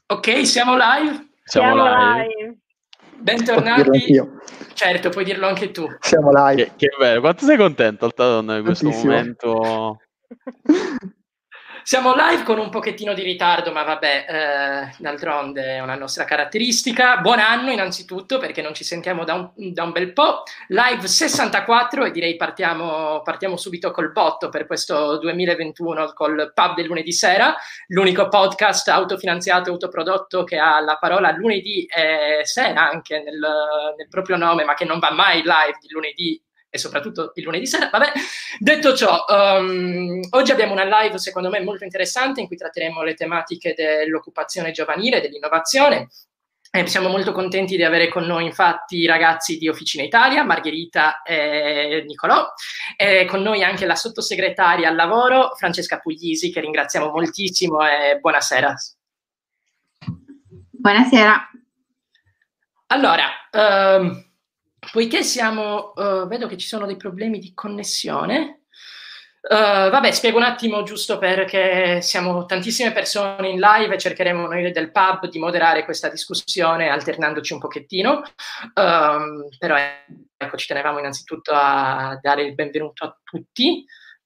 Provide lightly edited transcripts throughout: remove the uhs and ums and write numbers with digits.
Ok, siamo live? Siamo live. Bentornati. Certo, puoi dirlo anche tu. Siamo live. Che bello, quanto sei contento Altadonna di questo Tantissimo. momento? Siamo live con un pochettino di ritardo, ma vabbè, d'altronde è una nostra caratteristica. Buon anno innanzitutto, perché non ci sentiamo da un bel po'. Live 64 e direi partiamo subito col botto per questo 2021 col Pub del lunedì sera, l'unico podcast autofinanziato, autoprodotto che ha la parola lunedì e sera anche nel proprio nome, ma che non va mai live di lunedì e soprattutto il lunedì sera. Vabbè, detto ciò, oggi abbiamo una live secondo me molto interessante in cui tratteremo le tematiche dell'occupazione giovanile, dell'innovazione. Siamo molto contenti di avere con noi infatti i ragazzi di Officina Italia, Margherita e Nicolò, e con noi anche la sottosegretaria al lavoro Francesca Puglisi, che ringraziamo moltissimo, e buonasera. Buonasera. Allora, poiché vedo che ci sono dei problemi di connessione, vabbè, spiego un attimo giusto perché siamo tantissime persone in live e cercheremo noi del pub di moderare questa discussione alternandoci un pochettino, però ecco, ci tenevamo innanzitutto a dare il benvenuto a tutti.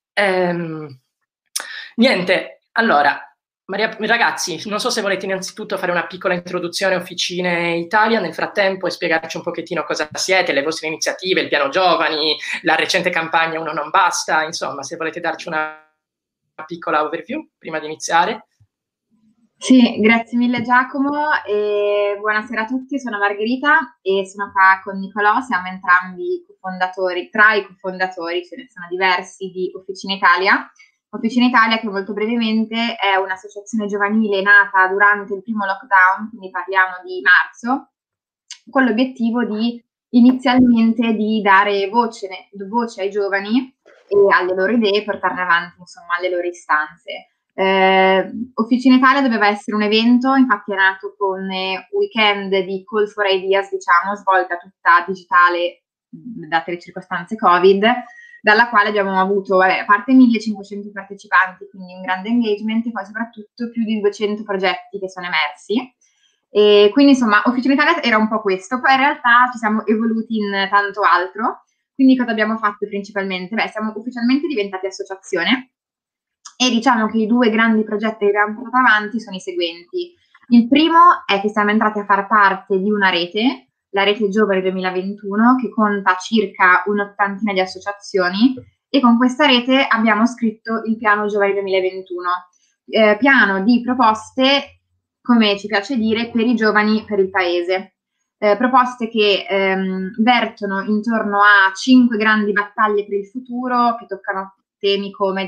Niente, allora, ragazzi, non so se volete innanzitutto fare una piccola introduzione a Officine Italia nel frattempo e spiegarci un pochettino cosa siete, le vostre iniziative, il piano giovani, la recente campagna Uno non basta, insomma, se volete darci una piccola overview prima di iniziare. Sì, grazie mille Giacomo e buonasera a tutti, sono Margherita e sono qua con Nicolò, siamo entrambi cofondatori, tra i cofondatori, ce ne sono diversi, di Officina Italia. Officina Italia, che molto brevemente è un'associazione giovanile nata durante il primo lockdown, quindi parliamo di marzo, con l'obiettivo inizialmente di dare voce ai giovani e alle loro idee, portarne avanti insomma alle loro istanze. Officina Italia doveva essere un evento, infatti è nato con weekend di Call for Ideas, diciamo, svolta tutta digitale date le circostanze Covid, dalla quale abbiamo avuto, a parte 1500 partecipanti, quindi un grande engagement, e poi soprattutto più di 200 progetti che sono emersi. E quindi insomma Officina Italia era un po' questo, poi in realtà ci siamo evoluti in tanto altro. Quindi cosa abbiamo fatto principalmente? Beh, siamo ufficialmente diventati associazione e diciamo che i due grandi progetti che abbiamo portato avanti sono i seguenti. Il primo è che siamo entrati a far parte di una rete, la Rete Giovani 2021, che conta circa un'ottantina di associazioni, e con questa rete abbiamo scritto il piano Giovani 2021, piano di proposte, come ci piace dire, per i giovani, per il paese. Proposte che vertono intorno a 5 grandi battaglie per il futuro, che toccano temi come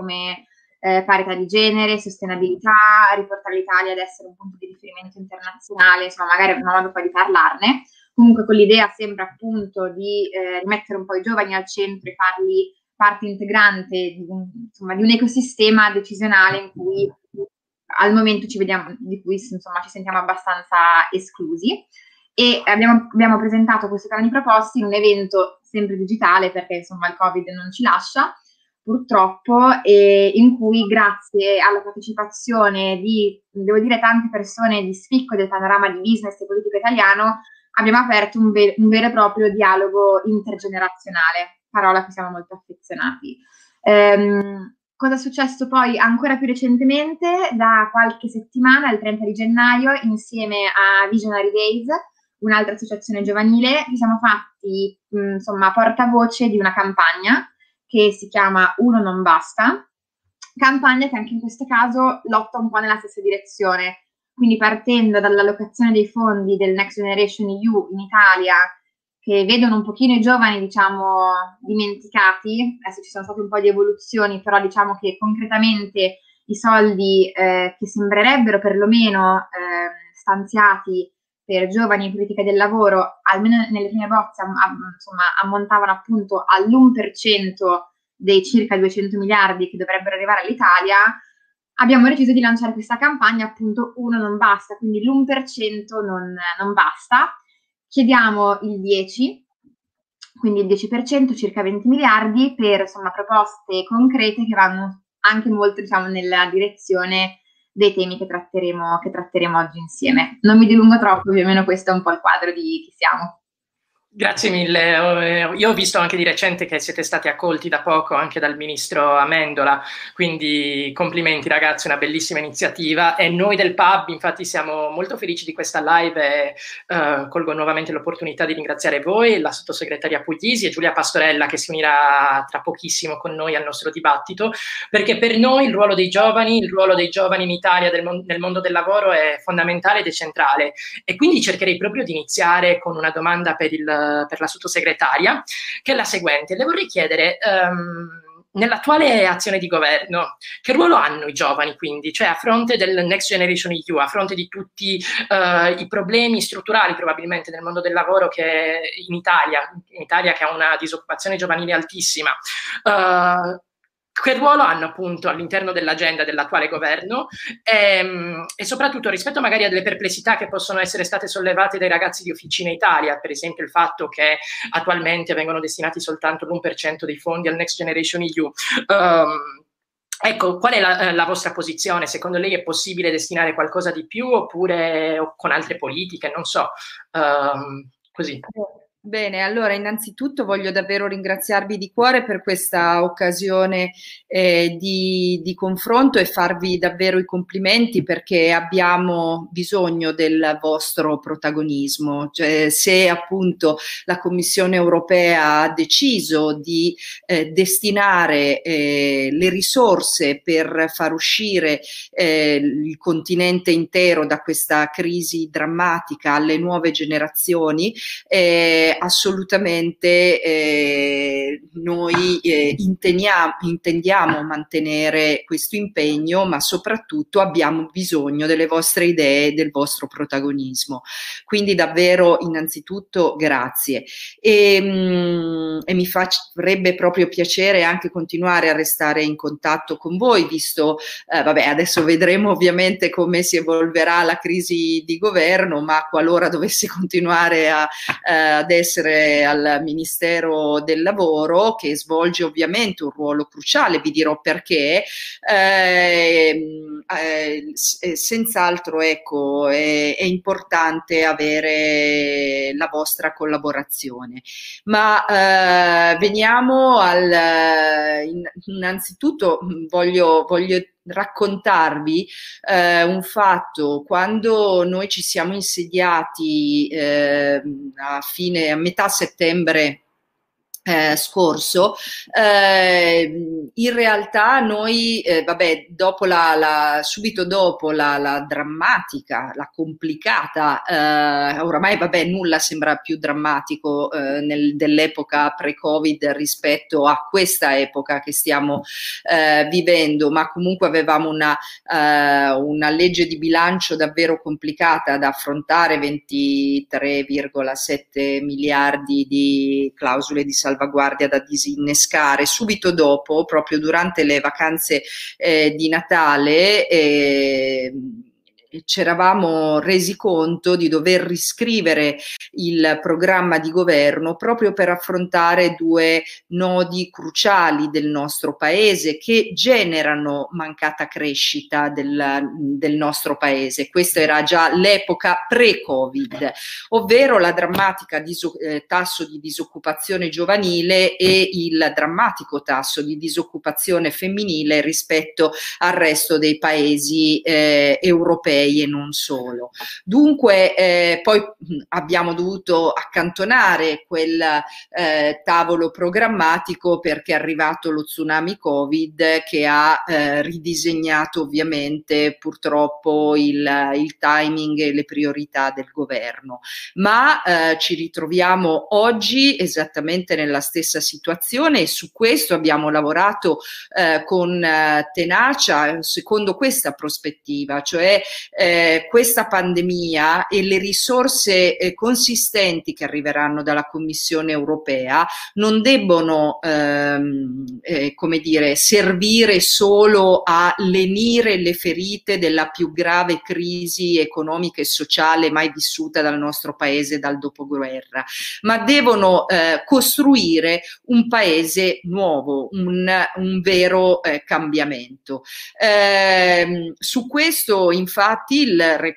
parità di genere, sostenibilità, riportare l'Italia ad essere un punto di riferimento internazionale, insomma magari avremo modo poi di parlarne, comunque con l'idea sempre appunto di rimettere un po' i giovani al centro e farli parte integrante di un ecosistema decisionale in cui al momento di cui insomma ci sentiamo abbastanza esclusi. E abbiamo presentato questo piano di proposte in un evento sempre digitale, perché insomma il Covid non ci lascia purtroppo, e in cui grazie alla partecipazione di, devo dire, tante persone di spicco del panorama di business e politico italiano, abbiamo aperto un vero e proprio dialogo intergenerazionale, parola a cui siamo molto affezionati. Cosa è successo poi ancora più recentemente? Da qualche settimana, il 30 di gennaio, insieme a Visionary Days, un'altra associazione giovanile, ci siamo fatti insomma portavoce di una campagna che si chiama Uno non basta, campagna che anche in questo caso lotta un po' nella stessa direzione, quindi partendo dall'allocazione dei fondi del Next Generation EU in Italia, che vedono un pochino i giovani, diciamo, dimenticati. Adesso ci sono state un po' di evoluzioni, però diciamo che concretamente i soldi che sembrerebbero perlomeno stanziati per giovani in politica del lavoro, almeno nelle prime bozze, insomma, ammontavano appunto all'1% dei circa 200 miliardi che dovrebbero arrivare all'Italia. Abbiamo deciso di lanciare questa campagna, appunto, Uno non basta, quindi l'1% non basta. Chiediamo il 10%, quindi il 10%, circa 20 miliardi, per insomma proposte concrete che vanno anche molto, diciamo, nella direzione dei temi che tratteremo oggi insieme. Non mi dilungo troppo, più o meno questo è un po' il quadro di chi siamo. Grazie mille. Io ho visto anche di recente che siete stati accolti da poco anche dal ministro Amendola, quindi complimenti ragazzi, una bellissima iniziativa, e noi del Pub infatti siamo molto felici di questa live e colgo nuovamente l'opportunità di ringraziare voi, la sottosegretaria Puglisi e Giulia Pastorella che si unirà tra pochissimo con noi al nostro dibattito, perché per noi il ruolo dei giovani in Italia nel mondo del lavoro è fondamentale ed è centrale, e quindi cercherei proprio di iniziare con una domanda per la sottosegretaria, che è la seguente. Le vorrei chiedere, nell'attuale azione di governo, che ruolo hanno i giovani quindi? Cioè a fronte del Next Generation EU, a fronte di tutti i problemi strutturali probabilmente nel mondo del lavoro che in Italia che ha una disoccupazione giovanile altissima, che ruolo hanno appunto all'interno dell'agenda dell'attuale governo e soprattutto rispetto magari a delle perplessità che possono essere state sollevate dai ragazzi di Officina Italia, per esempio il fatto che attualmente vengono destinati soltanto l'1% dei fondi al Next Generation EU. Ecco, qual è la vostra posizione? Secondo lei è possibile destinare qualcosa di più oppure con altre politiche? Non so, così. Bene, allora innanzitutto voglio davvero ringraziarvi di cuore per questa occasione di confronto e farvi davvero i complimenti, perché abbiamo bisogno del vostro protagonismo. Cioè, se appunto la Commissione europea ha deciso di destinare le risorse per far uscire il continente intero da questa crisi drammatica alle nuove generazioni, assolutamente noi intendiamo mantenere questo impegno, ma soprattutto abbiamo bisogno delle vostre idee, del vostro protagonismo. Quindi davvero innanzitutto grazie, e mi farebbe proprio piacere anche continuare a restare in contatto con voi, visto vabbè, adesso vedremo ovviamente come si evolverà la crisi di governo, ma qualora dovesse continuare ad essere al Ministero del Lavoro, che svolge ovviamente un ruolo cruciale, vi dirò perché, senz'altro ecco, è importante avere la vostra collaborazione. Ma veniamo innanzitutto voglio raccontarvi un fatto. Quando noi ci siamo insediati a metà settembre scorso, in realtà noi vabbè, subito dopo la drammatica, la complicata, oramai vabbè nulla sembra più drammatico dell'epoca pre-Covid rispetto a questa epoca che stiamo vivendo, ma comunque avevamo una legge di bilancio davvero complicata da affrontare, 23,7 miliardi di clausole di salvaguardia da disinnescare. Subito dopo, proprio durante le vacanze di Natale, ci eravamo resi conto di dover riscrivere il programma di governo proprio per affrontare due nodi cruciali del nostro paese che generano mancata crescita del nostro paese. Questa era già l'epoca pre-Covid, ovvero la drammatica tasso di disoccupazione giovanile e il drammatico tasso di disoccupazione femminile rispetto al resto dei paesi europei e non solo. Dunque poi abbiamo dovuto accantonare quel tavolo programmatico perché è arrivato lo tsunami Covid che ha ridisegnato ovviamente purtroppo il timing e le priorità del governo. Ma ci ritroviamo oggi esattamente nella stessa situazione e su questo abbiamo lavorato con tenacia secondo questa prospettiva, cioè questa pandemia e le risorse consistenti che arriveranno dalla Commissione europea non debbono come dire, servire solo a lenire le ferite della più grave crisi economica e sociale mai vissuta dal nostro paese dal dopoguerra, ma devono costruire un paese nuovo, un vero cambiamento. Su questo infatti il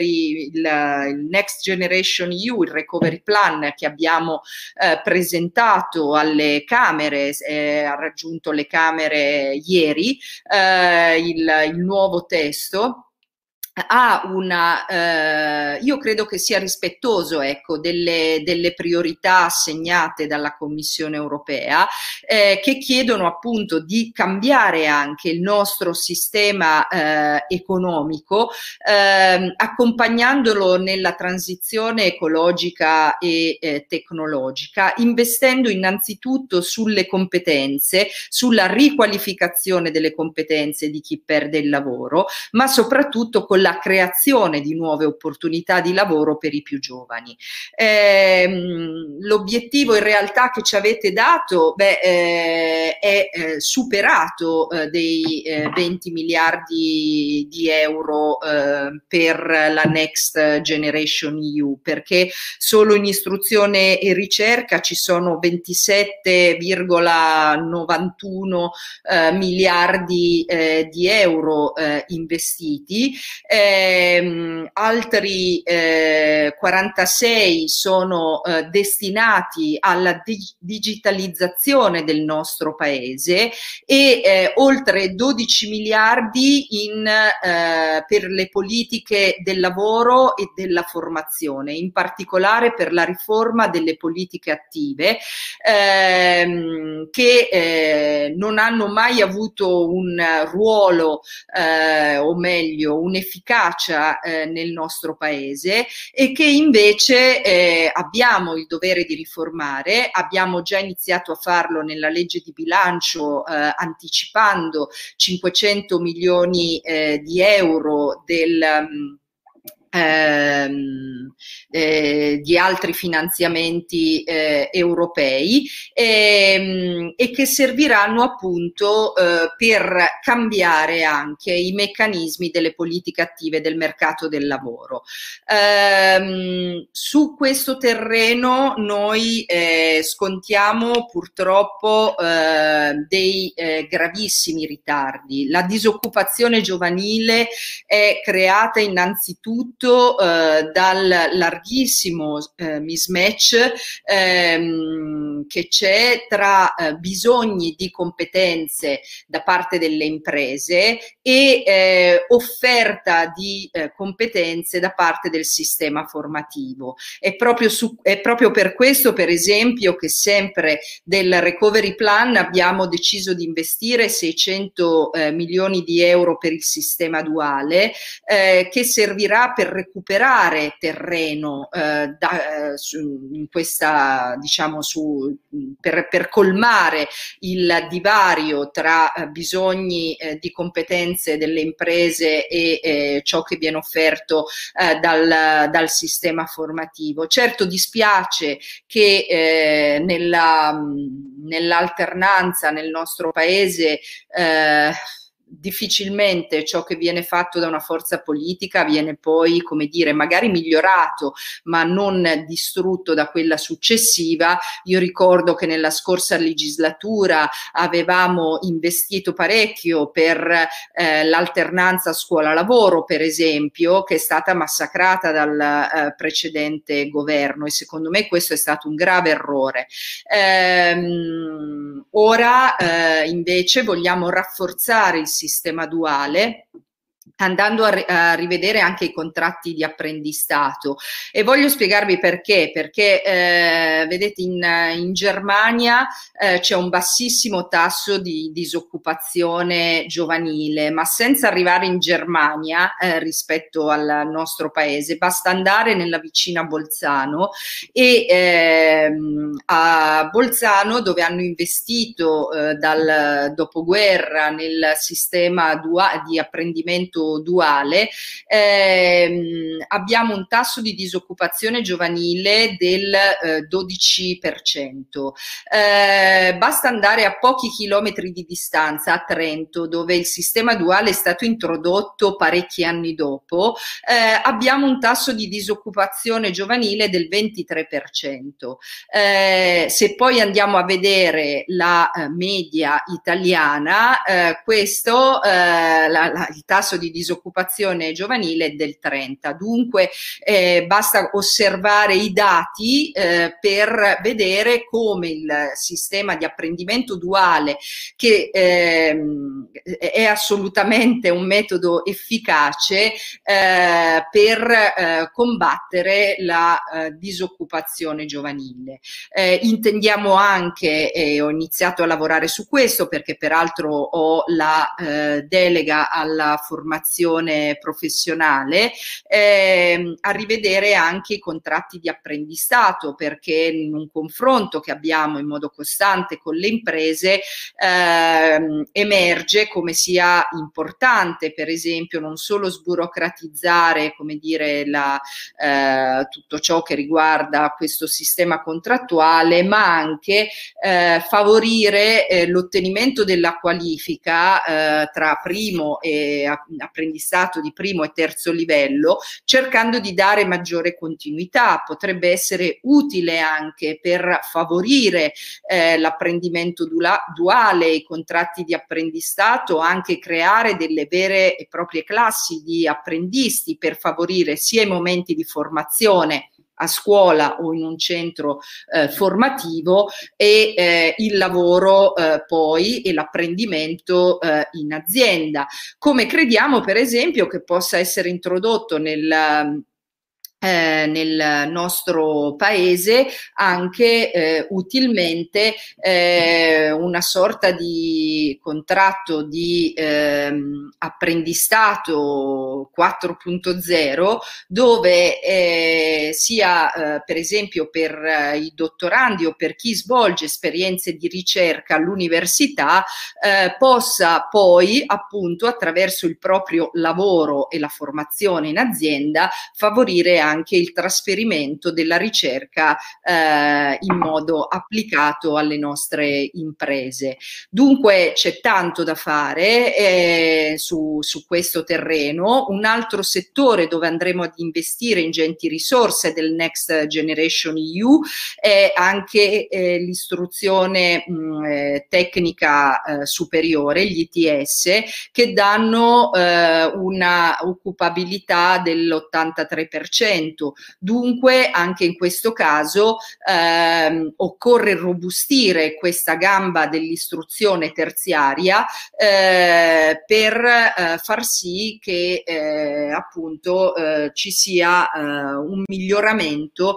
Next Generation EU, il Recovery Plan che abbiamo presentato alle Camere, ha raggiunto le Camere ieri, il nuovo testo ha io credo che sia rispettoso, ecco, delle priorità assegnate dalla Commissione europea, che chiedono appunto di cambiare anche il nostro sistema economico, accompagnandolo nella transizione ecologica e tecnologica, investendo innanzitutto sulle competenze, sulla riqualificazione delle competenze di chi perde il lavoro, ma soprattutto con la creazione di nuove opportunità di lavoro per i più giovani. L'obiettivo in realtà che ci avete dato è superato dei 20 miliardi di euro per la Next Generation EU, perché solo in istruzione e ricerca ci sono 27,91 miliardi di euro investiti. Altri 46 sono destinati alla digitalizzazione del nostro paese e oltre 12 miliardi per le politiche del lavoro e della formazione, in particolare per la riforma delle politiche attive che non hanno mai avuto un ruolo o meglio un'efficacia nel nostro paese e che invece abbiamo il dovere di riformare. Abbiamo già iniziato a farlo nella legge di bilancio anticipando 500 milioni di euro di altri finanziamenti europei e che serviranno appunto per cambiare anche i meccanismi delle politiche attive del mercato del lavoro. Su questo terreno noi scontiamo purtroppo dei gravissimi ritardi. La disoccupazione giovanile è creata innanzitutto dal larghissimo mismatch che c'è tra bisogni di competenze da parte delle imprese e offerta di competenze da parte del sistema formativo. È proprio per questo, per esempio, che sempre del Recovery Plan abbiamo deciso di investire 600 milioni di euro per il sistema duale, che servirà per recuperare terreno in questa, diciamo, per colmare il divario tra bisogni di competenze delle imprese e ciò che viene offerto dal sistema formativo. Certo, dispiace che nell'alternanza nel nostro paese difficilmente ciò che viene fatto da una forza politica viene poi, come dire, magari migliorato, ma non distrutto da quella successiva. Io ricordo che nella scorsa legislatura avevamo investito parecchio per l'alternanza scuola-lavoro, per esempio, che è stata massacrata dal precedente governo, e secondo me questo è stato un grave errore. Ora invece vogliamo rafforzare il sistema duale, andando a rivedere anche i contratti di apprendistato, e voglio spiegarvi perché, vedete in Germania c'è un bassissimo tasso di disoccupazione giovanile, ma senza arrivare in Germania rispetto al nostro paese basta andare nella vicina Bolzano, e a Bolzano, dove hanno investito dal dopoguerra nel sistema di apprendimento apprendimento duale, abbiamo un tasso di disoccupazione giovanile del 12%. Basta andare a pochi chilometri di distanza, a Trento, dove il sistema duale è stato introdotto parecchi anni dopo, abbiamo un tasso di disoccupazione giovanile del 23%. Se poi andiamo a vedere la media italiana, il tasso di disoccupazione giovanile è del 30%. Dunque basta osservare i dati per vedere come il sistema di apprendimento duale, che è assolutamente un metodo efficace per combattere la disoccupazione giovanile. Intendiamo anche, ho iniziato a lavorare su questo perché peraltro ho la delega alla formazione professionale, a rivedere anche i contratti di apprendistato, perché in un confronto che abbiamo in modo costante con le imprese emerge come sia importante, per esempio, non solo sburocratizzare, come dire, tutto ciò che riguarda questo sistema contrattuale, ma anche favorire l'ottenimento della qualifica tra primo e apprendistato di primo e terzo livello, cercando di dare maggiore continuità. Potrebbe essere utile anche per favorire l'apprendimento duale, i contratti di apprendistato, anche creare delle vere e proprie classi di apprendisti per favorire sia i momenti di formazione a scuola o in un centro formativo e il lavoro poi e l'apprendimento in azienda. Come crediamo per esempio che possa essere introdotto nel nostro paese anche utilmente una sorta di contratto di apprendistato 4.0, dove sia per esempio per i dottorandi o per chi svolge esperienze di ricerca all'università possa poi appunto attraverso il proprio lavoro e la formazione in azienda favorire anche il trasferimento della ricerca in modo applicato alle nostre imprese. Dunque c'è tanto da fare su questo terreno. Un altro settore dove andremo ad investire ingenti risorse del Next Generation EU è anche l'istruzione tecnica superiore, gli ITS, che danno una occupabilità dell'83%. Dunque anche in questo caso occorre irrobustire questa gamba dell'istruzione terziaria per far sì che appunto ci sia un miglioramento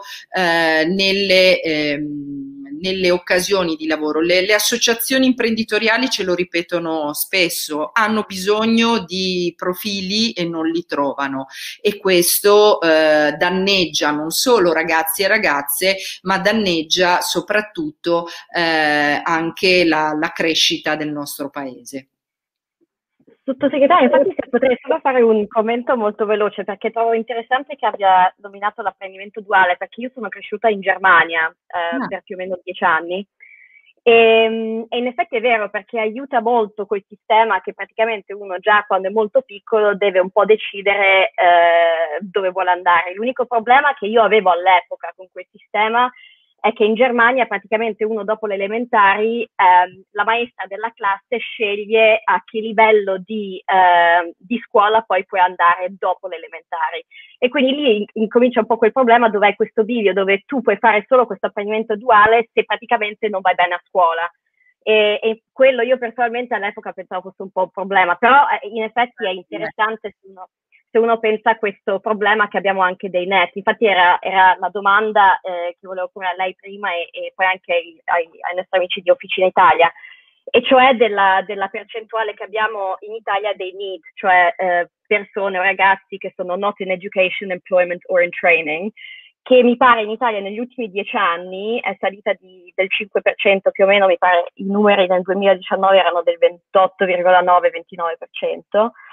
nelle occasioni di lavoro. Le associazioni imprenditoriali ce lo ripetono spesso, hanno bisogno di profili e non li trovano, e questo danneggia non solo ragazzi e ragazze, ma danneggia soprattutto anche la crescita del nostro paese. Sottosegretario, infatti se potrei solo fare un commento molto veloce, perché trovo interessante che abbia nominato l'apprendimento duale, perché io sono cresciuta in Germania per più o meno 10 anni e in effetti è vero, perché aiuta molto quel sistema che praticamente uno già quando è molto piccolo deve un po' decidere dove vuole andare. L'unico problema che io avevo all'epoca con quel sistema è che in Germania praticamente uno dopo le elementari, la maestra della classe sceglie a che livello di scuola poi puoi andare dopo le elementari. E quindi lì incomincia un po' quel problema dove hai questo bivio, dove tu puoi fare solo questo apprendimento duale se praticamente non vai bene a scuola. E quello io personalmente all'epoca pensavo fosse un po' un problema, però in effetti è interessante se uno pensa a questo problema che abbiamo anche dei net. Infatti era la domanda che volevo porre a lei prima e poi anche ai nostri amici di Officina Italia, e cioè della percentuale che abbiamo in Italia dei NEET, cioè persone o ragazzi che sono not in education, employment or in training, che mi pare in Italia negli ultimi 10 anni è salita del 5% più o meno. Mi pare i numeri nel 2019 erano del 28,9-29%.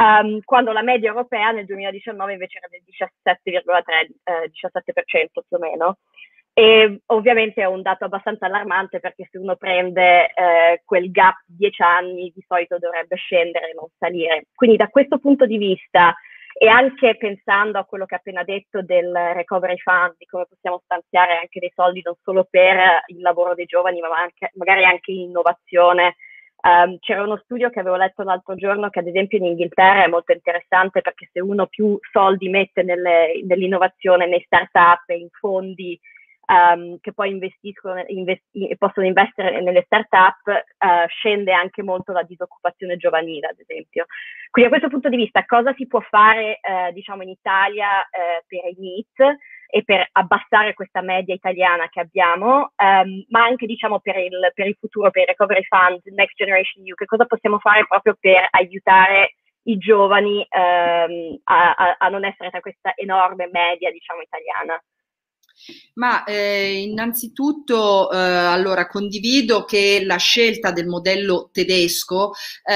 quando la media europea nel 2019 invece era del 17,3%, 17% più o meno. E ovviamente è un dato abbastanza allarmante, perché se uno prende quel gap di 10 anni di solito dovrebbe scendere e non salire. Quindi da questo punto di vista, e anche pensando a quello che ha appena detto del recovery fund, di come possiamo stanziare anche dei soldi non solo per il lavoro dei giovani, ma magari anche in innovazione. C'era uno studio che avevo letto l'altro giorno che ad esempio in Inghilterra è molto interessante, perché se uno più soldi mette nell'innovazione, nei start-up e in fondi che poi possono investire nelle start-up, scende anche molto la disoccupazione giovanile, ad esempio. Quindi da questo punto di vista cosa si può fare diciamo in Italia per i NEET e per abbassare questa media italiana che abbiamo, ma anche diciamo per il futuro, per i recovery fund, Next Generation EU, che cosa possiamo fare proprio per aiutare i giovani a non essere tra questa enorme media diciamo italiana? Ma innanzitutto allora condivido che la scelta del modello tedesco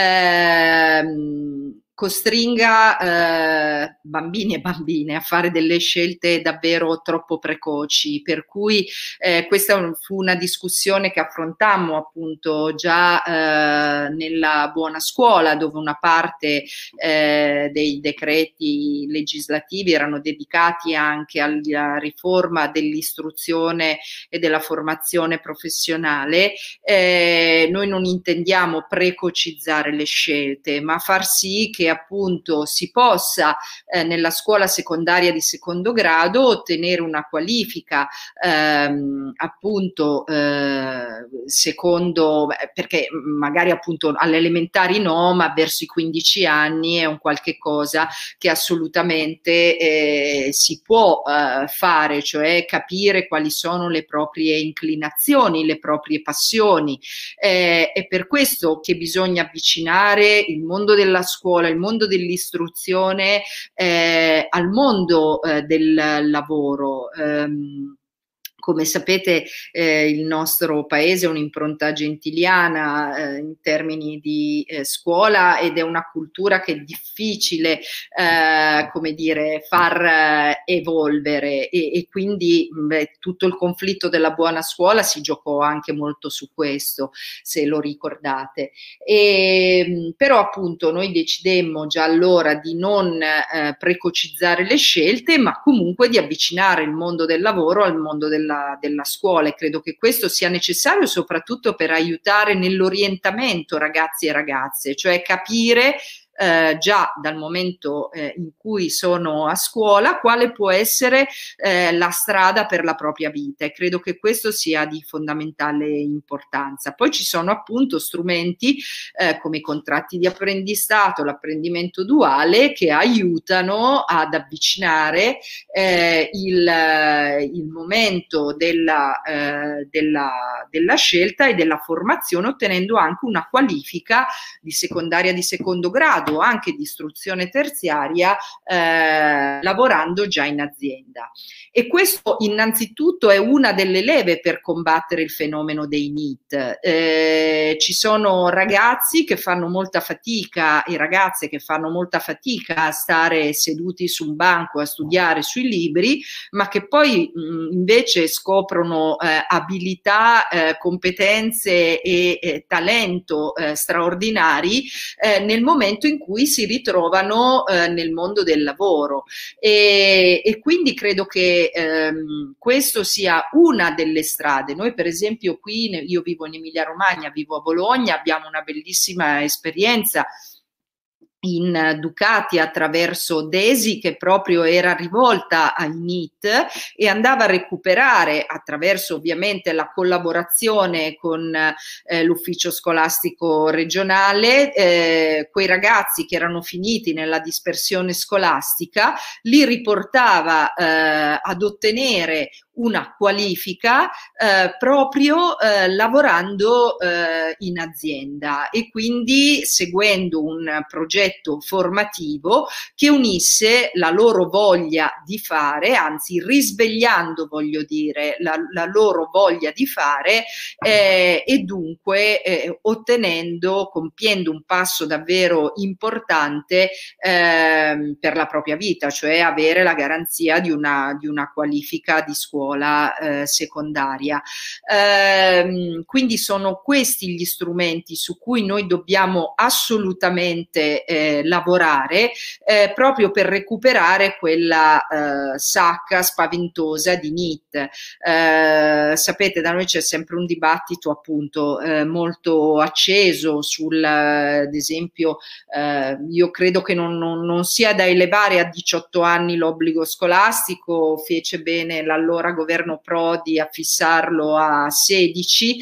costringa bambini e bambine a fare delle scelte davvero troppo precoci, per cui questa fu una discussione che affrontammo appunto già nella buona scuola, dove una parte dei decreti legislativi erano dedicati anche alla riforma dell'istruzione e della formazione professionale. Noi non intendiamo precocizzare le scelte, ma far sì che appunto si possa nella scuola secondaria di secondo grado ottenere una qualifica appunto secondo, perché magari appunto alle elementari no, ma verso i 15 anni è un qualche cosa che assolutamente si può fare, cioè capire quali sono le proprie inclinazioni, le proprie passioni. È per questo che bisogna avvicinare il mondo della scuola, il mondo dell'istruzione al mondo del lavoro. Come sapete il nostro paese ha un'impronta gentiliana in termini di scuola, ed è una cultura che è difficile come dire, far evolvere, e quindi tutto il conflitto della buona scuola si giocò anche molto su questo, se lo ricordate. Però appunto noi decidemmo già allora di non precocizzare le scelte, ma comunque di avvicinare il mondo del lavoro al mondo della scuola, e credo che questo sia necessario soprattutto per aiutare nell'orientamento ragazzi e ragazze, cioè capire già dal momento in cui sono a scuola quale può essere la strada per la propria vita, e credo che questo sia di fondamentale importanza. Poi ci sono appunto strumenti come i contratti di apprendistato, l'apprendimento duale, che aiutano ad avvicinare il momento della scelta e della formazione, ottenendo anche una qualifica di secondaria di secondo grado o anche di istruzione terziaria lavorando già in azienda. E questo innanzitutto è una delle leve per combattere il fenomeno dei NEET. Ci sono ragazzi che fanno molta fatica e ragazze che fanno molta fatica a stare seduti su un banco a studiare sui libri, ma che poi invece scoprono abilità, competenze e talento straordinari nel momento in cui si ritrovano nel mondo del lavoro, e quindi credo che questo sia una delle strade. Noi per esempio qui, io vivo in Emilia Romagna, vivo a Bologna, abbiamo una bellissima esperienza in Ducati attraverso Desi, che proprio era rivolta ai NEET e andava a recuperare, attraverso ovviamente la collaborazione con l'ufficio scolastico regionale, quei ragazzi che erano finiti nella dispersione scolastica, li riportava ad ottenere una qualifica proprio lavorando in azienda, e quindi seguendo un progetto formativo che unisse la loro voglia di fare, anzi risvegliando, voglio dire, la loro voglia di fare, e dunque compiendo un passo davvero importante per la propria vita, cioè avere la garanzia di una qualifica di scuola secondaria. Quindi sono questi gli strumenti su cui noi dobbiamo assolutamente lavorare, proprio per recuperare quella sacca spaventosa di NEET. Sapete, da noi c'è sempre un dibattito appunto molto acceso sul, ad esempio, io credo che non sia da elevare a 18 anni l'obbligo scolastico, fece bene l'allora governo Prodi a fissarlo a 16,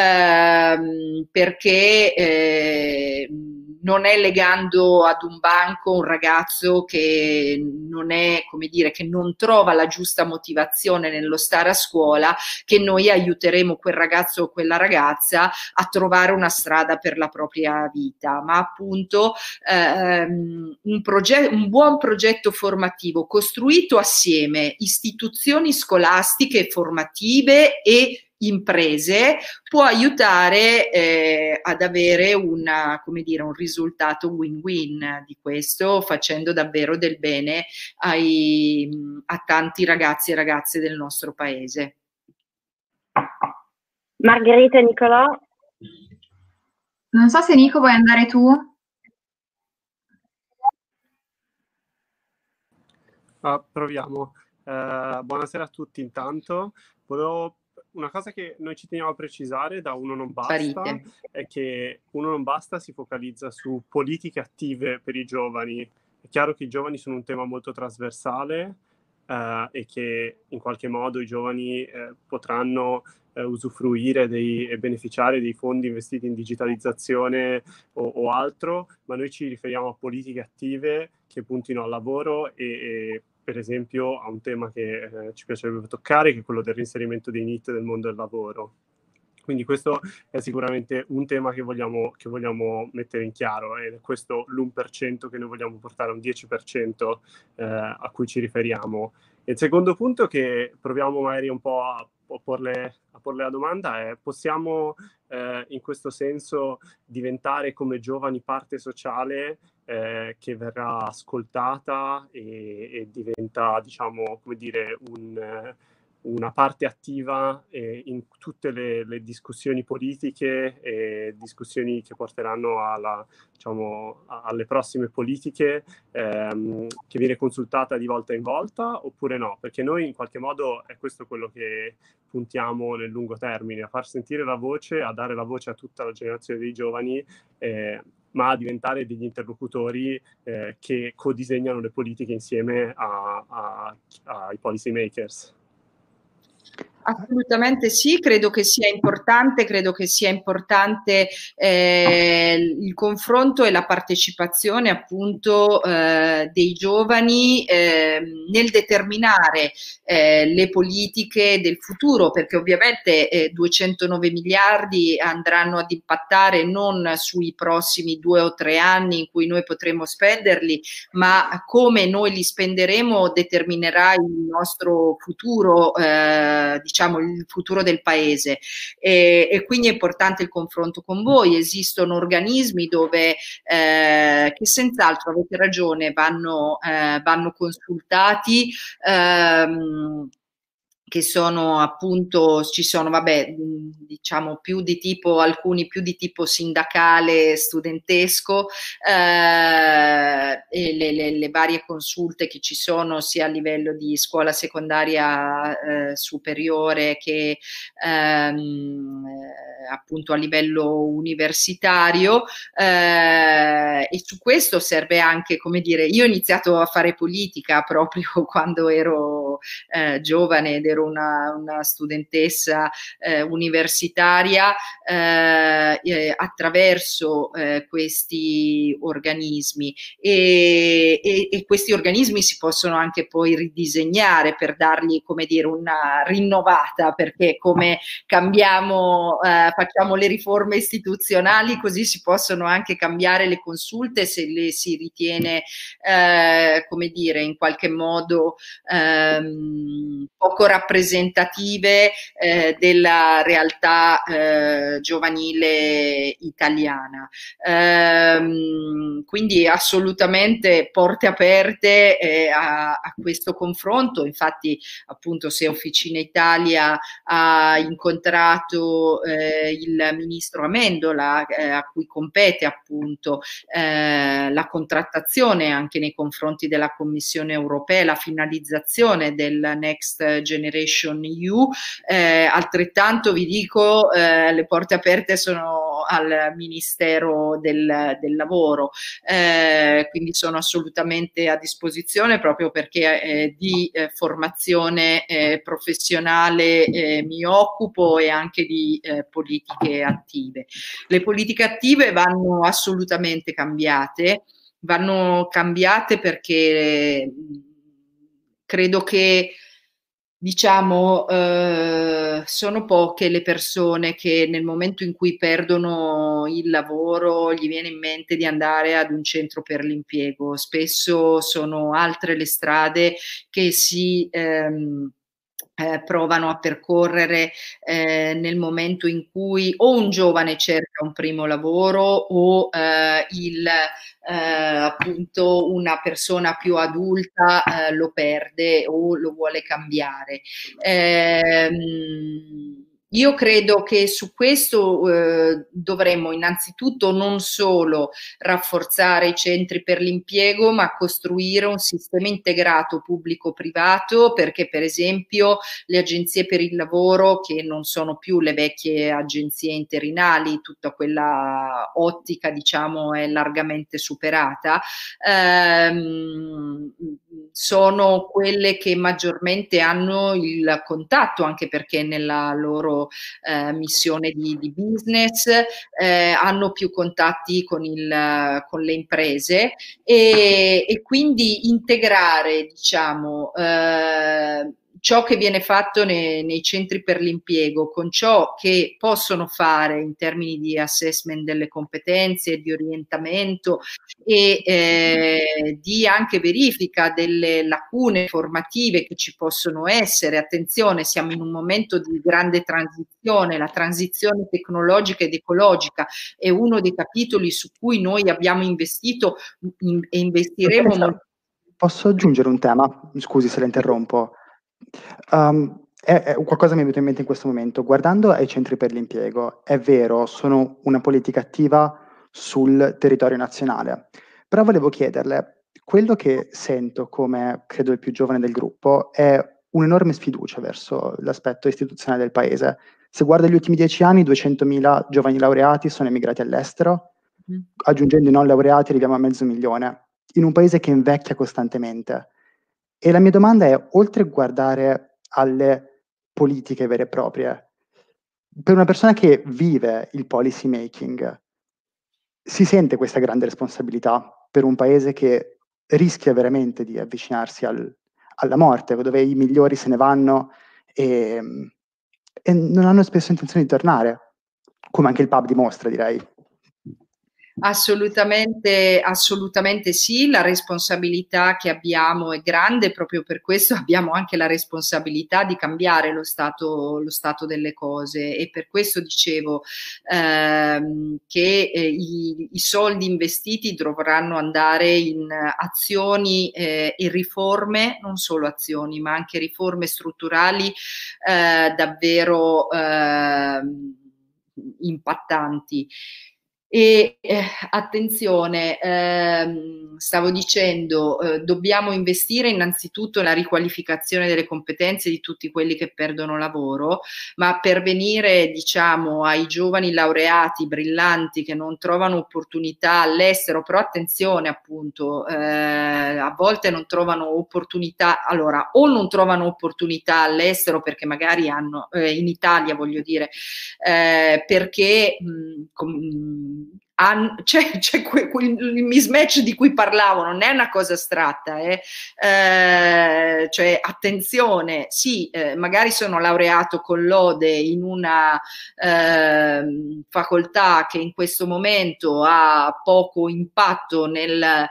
perché non è legando ad un banco un ragazzo che non è, come dire, che non trova la giusta motivazione nello stare a scuola, che noi aiuteremo quel ragazzo o quella ragazza a trovare una strada per la propria vita, ma appunto un buon progetto formativo costruito assieme, istituzioni scolastiche e formative e imprese, può aiutare ad avere come dire, un risultato win-win di questo, facendo davvero del bene a tanti ragazzi e ragazze del nostro paese. Margherita e Nicolò? Non so se Nico vuoi andare tu? Proviamo. Buonasera a tutti intanto. Una cosa che noi ci teniamo a precisare da Uno Non Basta è che Uno Non Basta si focalizza su politiche attive per i giovani. È chiaro che i giovani sono un tema molto trasversale e che in qualche modo i giovani potranno usufruire e beneficiare dei fondi investiti in digitalizzazione o altro, ma noi ci riferiamo a politiche attive che puntino al lavoro e per esempio a un tema che ci piacerebbe toccare, che è quello del reinserimento dei NEET nel mondo del lavoro. Quindi questo è sicuramente un tema che vogliamo mettere in chiaro, ed è questo l'1% che noi vogliamo portare a un 10% a cui ci riferiamo. E il secondo punto che proviamo magari un po' a porle la domanda è: possiamo in questo senso diventare come giovani parte sociale che verrà ascoltata e diventa, diciamo, come dire, una parte attiva in tutte le discussioni politiche e discussioni che porteranno alle prossime politiche, che viene consultata di volta in volta, oppure no? Perché noi in qualche modo è questo quello che puntiamo nel lungo termine, a far sentire la voce, a dare la voce a tutta la generazione dei giovani, ma a diventare degli interlocutori che codisegnano le politiche insieme ai policy makers. Assolutamente sì, credo che sia importante il confronto e la partecipazione appunto dei giovani nel determinare le politiche del futuro, perché ovviamente 209 miliardi andranno ad impattare non sui prossimi 2 o 3 anni in cui noi potremo spenderli, ma come noi li spenderemo determinerà il nostro futuro, diciamo il futuro del paese, e quindi è importante il confronto con voi. Esistono organismi dove che senz'altro, avete ragione, vanno consultati, che sono appunto, ci sono diciamo alcuni più di tipo sindacale, studentesco, e le varie consulte che ci sono sia a livello di scuola secondaria superiore che appunto a livello universitario, e su questo serve anche, come dire, io ho iniziato a fare politica proprio quando ero ero giovane ed ero una studentessa universitaria, attraverso questi organismi, e questi organismi si possono anche poi ridisegnare per dargli, come dire, una rinnovata, perché come cambiamo, facciamo le riforme istituzionali, così si possono anche cambiare le consulte se le si ritiene, come dire, in qualche modo poco rappresentative della realtà giovanile italiana. Quindi assolutamente porte aperte a questo confronto. Infatti, appunto, se Officina Italia ha incontrato il ministro Amendola, a cui compete appunto la contrattazione anche nei confronti della Commissione europea, la finalizzazione del Next Generation EU, altrettanto vi dico, le porte aperte sono al Ministero del Lavoro, quindi sono assolutamente a disposizione, proprio perché di formazione professionale mi occupo, e anche di politiche attive. Le politiche attive vanno assolutamente cambiate perché credo che, diciamo, sono poche le persone che nel momento in cui perdono il lavoro gli viene in mente di andare ad un centro per l'impiego. Spesso sono altre le strade che si provano a percorrere nel momento in cui o un giovane cerca un primo lavoro, o appunto una persona più adulta lo perde o lo vuole cambiare. Io credo che su questo dovremmo innanzitutto non solo rafforzare i centri per l'impiego, ma costruire un sistema integrato pubblico-privato, perché per esempio le agenzie per il lavoro, che non sono più le vecchie agenzie interinali, tutta quella ottica, diciamo, è largamente superata, sono quelle che maggiormente hanno il contatto, anche perché nella loro missione di business hanno più contatti con le imprese, e quindi integrare, diciamo, ciò che viene fatto nei centri per l'impiego con ciò che possono fare in termini di assessment delle competenze, di orientamento e di anche verifica delle lacune formative che ci possono essere. Attenzione, siamo in un momento di grande transizione, la transizione tecnologica ed ecologica è uno dei capitoli su cui noi abbiamo investito e investiremo molto. Posso aggiungere un tema? Scusi se la interrompo. È qualcosa che mi è venuto in mente in questo momento. Guardando ai centri per l'impiego, è vero, sono una politica attiva sul territorio nazionale, però volevo chiederle, quello che sento come, credo, il più giovane del gruppo è un'enorme sfiducia verso l'aspetto istituzionale del paese. Se guarda gli ultimi 10 anni, 200.000 giovani laureati sono emigrati all'estero, aggiungendo i non laureati arriviamo a 500.000, in un paese che invecchia costantemente. E la mia domanda è, oltre a guardare alle politiche vere e proprie, per una persona che vive il policy making, si sente questa grande responsabilità per un paese che rischia veramente di avvicinarsi alla morte, dove i migliori se ne vanno e non hanno spesso intenzione di tornare, come anche il pub dimostra, direi. Assolutamente, assolutamente sì, la responsabilità che abbiamo è grande, proprio per questo abbiamo anche la responsabilità di cambiare lo stato delle cose, e per questo dicevo che i soldi investiti dovranno andare in azioni e riforme, non solo azioni, ma anche riforme strutturali davvero impattanti. E attenzione, stavo dicendo, dobbiamo investire innanzitutto nella riqualificazione delle competenze di tutti quelli che perdono lavoro, ma per venire, diciamo, ai giovani laureati brillanti che non trovano opportunità all'estero, però attenzione appunto, a volte non trovano opportunità, allora o non trovano opportunità all'estero perché magari hanno, in Italia voglio dire, perché c'è il mismatch di cui parlavo, non è una cosa astratta, cioè attenzione, sì, magari sono laureato con lode in una facoltà che in questo momento ha poco impatto nel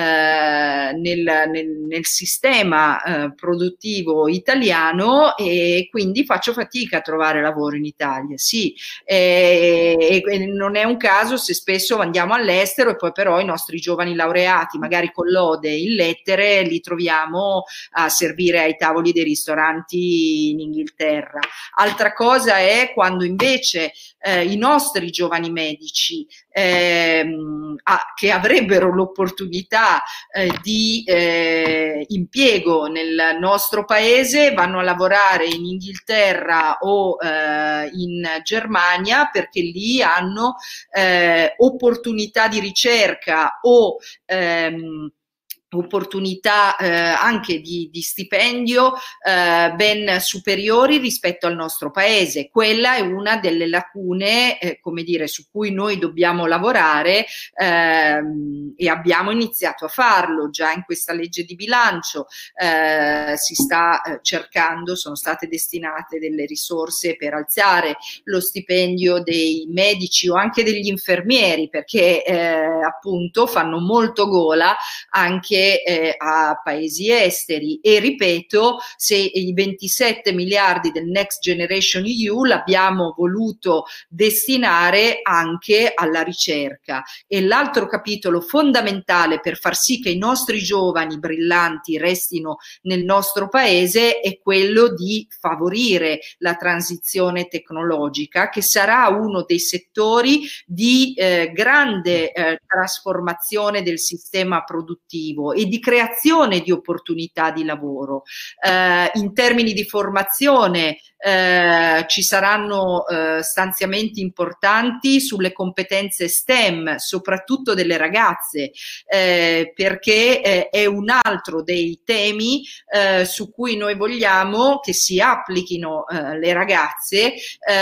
sistema produttivo italiano, e quindi faccio fatica a trovare lavoro in Italia, sì, e non è un caso se spesso andiamo all'estero e poi però i nostri giovani laureati, magari con lode in lettere, li troviamo a servire ai tavoli dei ristoranti in Inghilterra. Altra cosa è quando invece i nostri giovani medici che avrebbero l'opportunità di impiego nel nostro paese vanno a lavorare in Inghilterra o in Germania, perché lì hanno opportunità di ricerca o opportunità anche di stipendio ben superiori rispetto al nostro paese. Quella è una delle lacune, come dire, su cui noi dobbiamo lavorare, e abbiamo iniziato a farlo già in questa legge di bilancio. Si sta cercando, sono state destinate delle risorse per alzare lo stipendio dei medici o anche degli infermieri, perché appunto fanno molto gola anche a paesi esteri, e ripeto, se i 27 miliardi del Next Generation EU l'abbiamo voluto destinare anche alla ricerca. E l'altro capitolo fondamentale per far sì che i nostri giovani brillanti restino nel nostro paese è quello di favorire la transizione tecnologica, che sarà uno dei settori di grande trasformazione del sistema produttivo e di creazione di opportunità di lavoro. In termini di formazione ci saranno stanziamenti importanti sulle competenze STEM, soprattutto delle ragazze, perché è un altro dei temi su cui noi vogliamo che si applichino le ragazze,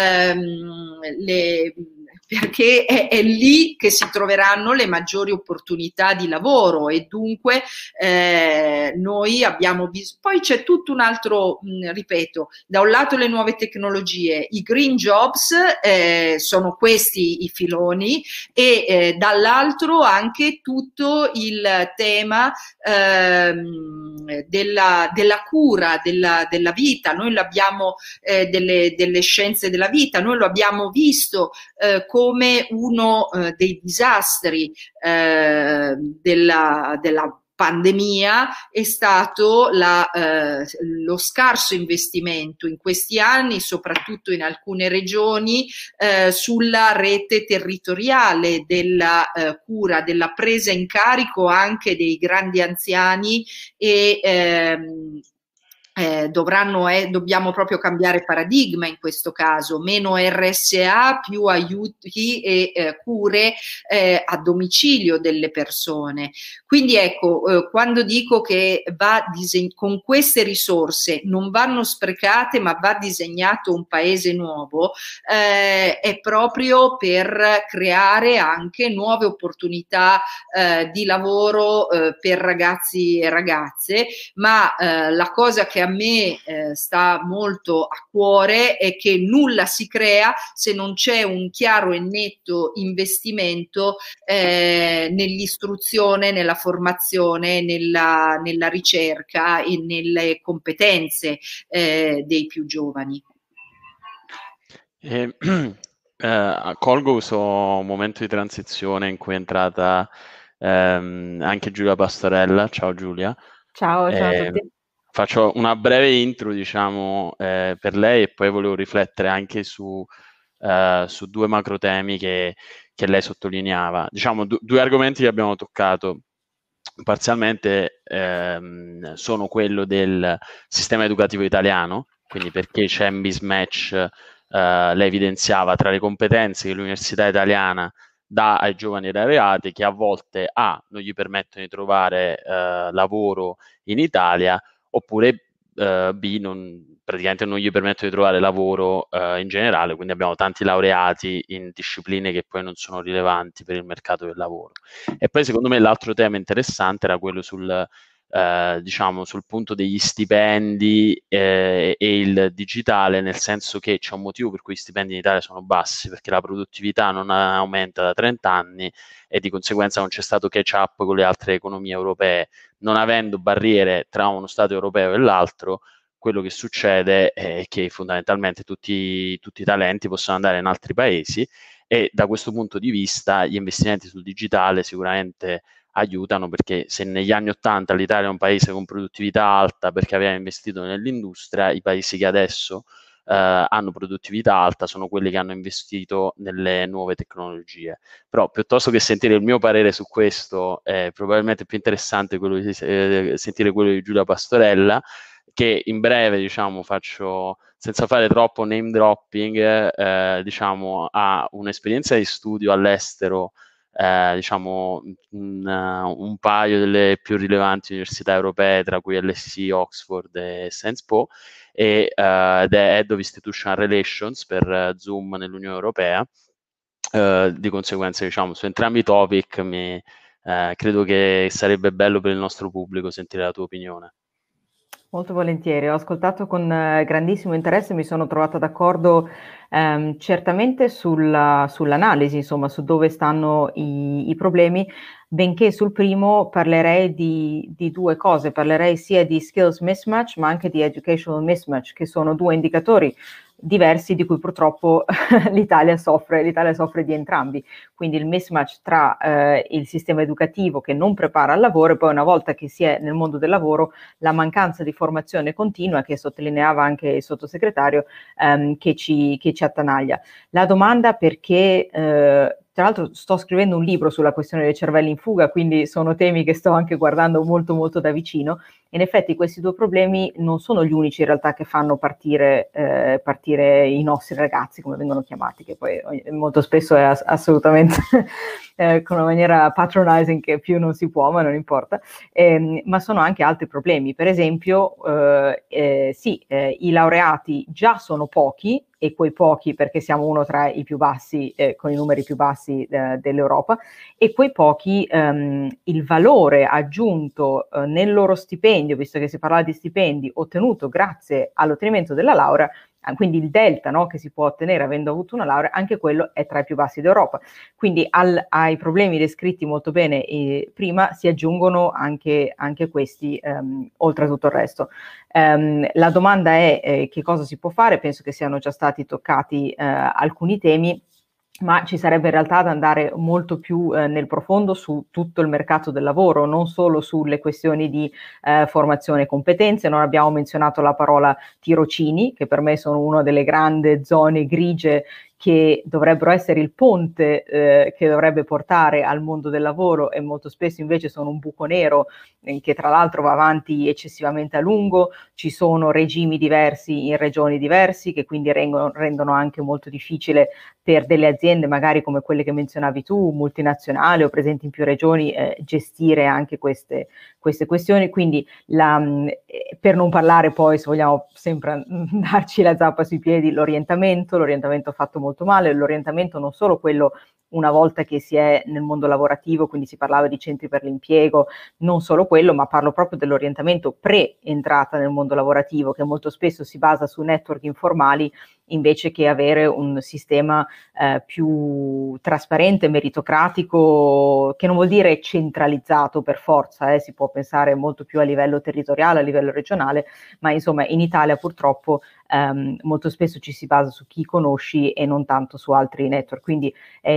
perché è lì che si troveranno le maggiori opportunità di lavoro, e dunque noi abbiamo bisogno. Poi c'è tutto un altro, ripeto, da un lato le nuove tecnologie, i green jobs, sono questi i filoni, e dall'altro anche tutto il tema della cura della vita. Noi l'abbiamo, delle scienze della vita, noi lo abbiamo visto come uno dei disastri della pandemia è stato lo scarso investimento in questi anni, soprattutto in alcune regioni, sulla rete territoriale della cura, della presa in carico anche dei grandi anziani, e dobbiamo proprio cambiare paradigma in questo caso, meno RSA, più aiuti e cure a domicilio delle persone. Quindi ecco, quando dico che con queste risorse non vanno sprecate ma va disegnato un paese nuovo, è proprio per creare anche nuove opportunità di lavoro per ragazzi e ragazze, ma la cosa che a me sta molto a cuore è che nulla si crea se non c'è un chiaro e netto investimento nell'istruzione, nella formazione, nella ricerca e nelle competenze dei più giovani. Colgo questo momento di transizione in cui è entrata anche Giulia Pastorella. Ciao Giulia. Ciao a tutti. Faccio una breve intro, diciamo, per lei, e poi volevo riflettere anche su su due macro temi che lei sottolineava. Diciamo, due argomenti che abbiamo toccato parzialmente sono quello del sistema educativo italiano, quindi perché c'è un mismatch, lei evidenziava, tra le competenze che l'università italiana dà ai giovani laureati, che a volte non gli permettono di trovare lavoro in Italia, oppure praticamente non gli permettono di trovare lavoro in generale, quindi abbiamo tanti laureati in discipline che poi non sono rilevanti per il mercato del lavoro. E poi secondo me l'altro tema interessante era quello sul punto degli stipendi e il digitale, nel senso che c'è un motivo per cui gli stipendi in Italia sono bassi, perché la produttività non aumenta da 30 anni e di conseguenza non c'è stato catch up con le altre economie europee. Non avendo barriere tra uno Stato europeo e l'altro, quello che succede è che fondamentalmente tutti i talenti possono andare in altri paesi, e da questo punto di vista gli investimenti sul digitale sicuramente aiutano, perché se negli anni 80 l'Italia è un paese con produttività alta perché aveva investito nell'industria, i paesi che adesso hanno produttività alta sono quelli che hanno investito nelle nuove tecnologie. Però piuttosto che sentire il mio parere su questo, è probabilmente più interessante sentire quello di Giulia Pastorella, che in breve, diciamo, faccio, senza fare troppo name dropping, diciamo, ha un'esperienza di studio all'estero, diciamo, un paio delle più rilevanti università europee, tra cui LSE, Oxford e Sciences Po, ed è Head of Institutional Relations per Zoom nell'Unione Europea. Di conseguenza, diciamo, su entrambi i topic credo che sarebbe bello per il nostro pubblico sentire la tua opinione. Molto volentieri, ho ascoltato con grandissimo interesse, mi sono trovata d'accordo certamente sull'analisi, insomma, su dove stanno i problemi, benché sul primo parlerei di due cose, parlerei sia di skills mismatch ma anche di educational mismatch, che sono due indicatori diversi di cui purtroppo l'Italia soffre di entrambi. Quindi il mismatch tra il sistema educativo che non prepara al lavoro, e poi una volta che si è nel mondo del lavoro la mancanza di formazione continua, che sottolineava anche il sottosegretario, che ci attanaglia. La domanda perché tra l'altro sto scrivendo un libro sulla questione dei cervelli in fuga, quindi sono temi che sto anche guardando molto molto da vicino. In effetti questi due problemi non sono gli unici in realtà che fanno partire i nostri ragazzi, come vengono chiamati, che poi molto spesso è assolutamente con una maniera patronizing che più non si può, ma non importa, ma sono anche altri problemi. Per esempio, i laureati già sono pochi, e quei pochi perché siamo uno tra i più bassi, con i numeri più bassi dell'Europa, e quei pochi il valore aggiunto nel loro stipendio, visto che si parlava di stipendi, ottenuto grazie all'ottenimento della laurea, quindi il delta, no, che si può ottenere avendo avuto una laurea, anche quello è tra i più bassi d'Europa. Quindi ai problemi descritti molto bene prima si aggiungono anche questi, oltre a tutto il resto. La domanda è che cosa si può fare. Penso che siano già stati toccati alcuni temi, ma ci sarebbe in realtà da andare molto più nel profondo su tutto il mercato del lavoro, non solo sulle questioni di formazione e competenze. Non abbiamo menzionato la parola tirocini, che per me sono una delle grandi zone grigie che dovrebbero essere il ponte che dovrebbe portare al mondo del lavoro, e molto spesso invece sono un buco nero che tra l'altro va avanti eccessivamente a lungo. Ci sono regimi diversi in regioni diversi, che quindi rendono anche molto difficile per delle aziende magari come quelle che menzionavi tu, multinazionali o presenti in più regioni, gestire anche queste questioni. Quindi per non parlare poi, se vogliamo sempre darci la zappa sui piedi, l'orientamento fatto molto male, l'orientamento non solo quello una volta che si è nel mondo lavorativo, quindi si parlava di centri per l'impiego, non solo quello, ma parlo proprio dell'orientamento pre-entrata nel mondo lavorativo, che molto spesso si basa su network informali invece che avere un sistema più trasparente, meritocratico, che non vuol dire centralizzato per forza, si può pensare molto più a livello territoriale, a livello regionale, ma insomma in Italia purtroppo molto spesso ci si basa su chi conosci e non tanto su altri network. Quindi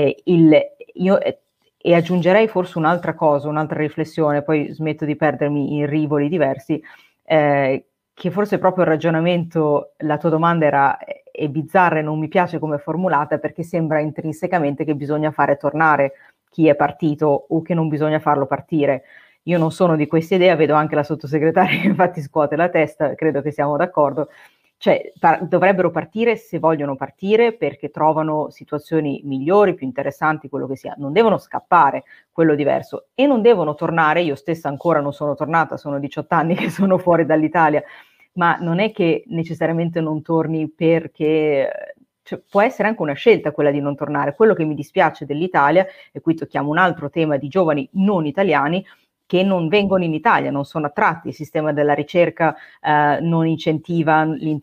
e aggiungerei forse un'altra cosa, un'altra riflessione, poi smetto di perdermi in rivoli diversi, che forse proprio il ragionamento, la tua domanda è bizzarra e non mi piace come è formulata, perché sembra intrinsecamente che bisogna fare tornare chi è partito o che non bisogna farlo partire. Io non sono di questa idea, vedo anche la sottosegretaria che infatti scuote la testa, credo che siamo d'accordo. Cioè, dovrebbero partire se vogliono partire, perché trovano situazioni migliori, più interessanti, quello che sia. Non devono scappare, quello diverso. E non devono tornare, io stessa ancora non sono tornata, sono 18 anni che sono fuori dall'Italia, ma non è che necessariamente non torni perché... Cioè, può essere anche una scelta quella di non tornare. Quello che mi dispiace dell'Italia, e qui tocchiamo un altro tema di giovani non italiani, che non vengono in Italia, non sono attratti, il sistema della ricerca non incentiva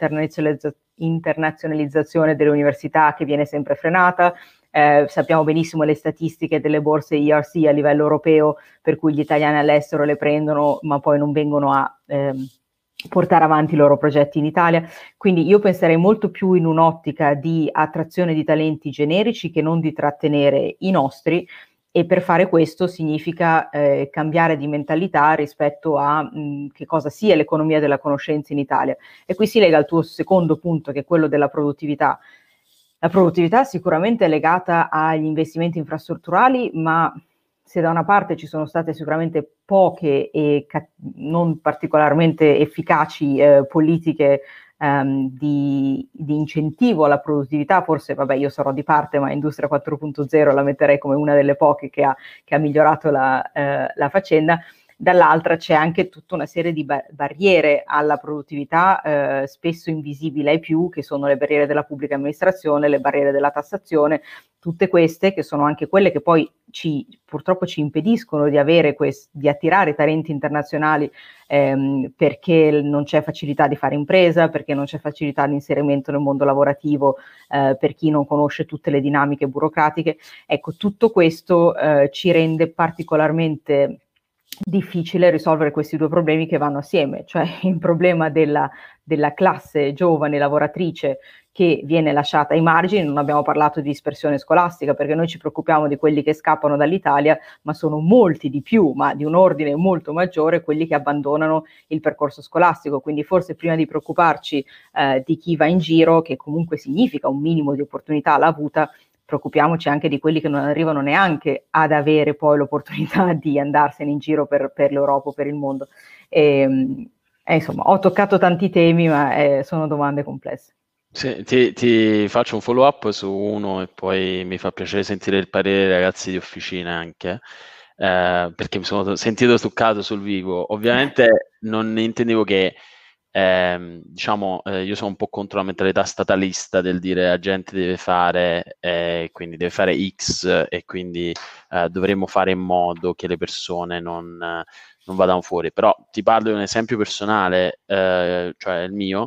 l'internazionalizzazione delle università, che viene sempre frenata. Sappiamo benissimo le statistiche delle borse ERC a livello europeo, per cui gli italiani all'estero le prendono ma poi non vengono a portare avanti i loro progetti in Italia. Quindi io penserei molto più in un'ottica di attrazione di talenti generici che non di trattenere i nostri, e per fare questo significa cambiare di mentalità rispetto a che cosa sia l'economia della conoscenza in Italia. E qui si lega al tuo secondo punto, che è quello della produttività. La produttività sicuramente è legata agli investimenti infrastrutturali, ma se da una parte ci sono state sicuramente poche e non particolarmente efficaci politiche di incentivo alla produttività, forse, vabbè, io sarò di parte, ma Industria 4.0 la metterei come una delle poche che ha migliorato la faccenda. Dall'altra c'è anche tutta una serie di barriere alla produttività, spesso invisibili ai più, che sono le barriere della pubblica amministrazione, le barriere della tassazione, tutte queste che sono anche quelle che poi purtroppo ci impediscono di attirare talenti internazionali, perché non c'è facilità di fare impresa, perché non c'è facilità di inserimento nel mondo lavorativo per chi non conosce tutte le dinamiche burocratiche. Ecco, tutto questo ci rende particolarmente difficile risolvere questi due problemi che vanno assieme, cioè il problema della classe giovane lavoratrice che viene lasciata ai margini. Non abbiamo parlato di dispersione scolastica, perché noi ci preoccupiamo di quelli che scappano dall'Italia, ma sono molti di più, ma di un ordine molto maggiore, quelli che abbandonano il percorso scolastico. Quindi forse prima di preoccuparci di chi va in giro, che comunque significa un minimo di opportunità l'ha avuta, preoccupiamoci anche di quelli che non arrivano neanche ad avere poi l'opportunità di andarsene in giro per l'Europa o per il mondo. Insomma, ho toccato tanti temi, ma sono domande complesse. Sì, ti faccio un follow up su uno e poi mi fa piacere sentire il parere dei ragazzi di officina anche, perché mi sono sentito toccato sul vivo. Ovviamente non intendevo che io sono un po' contro la mentalità statalista del dire la gente deve fare, quindi deve fare X, e quindi dovremmo fare in modo che le persone non vadano fuori. Però ti parlo di un esempio personale, cioè il mio,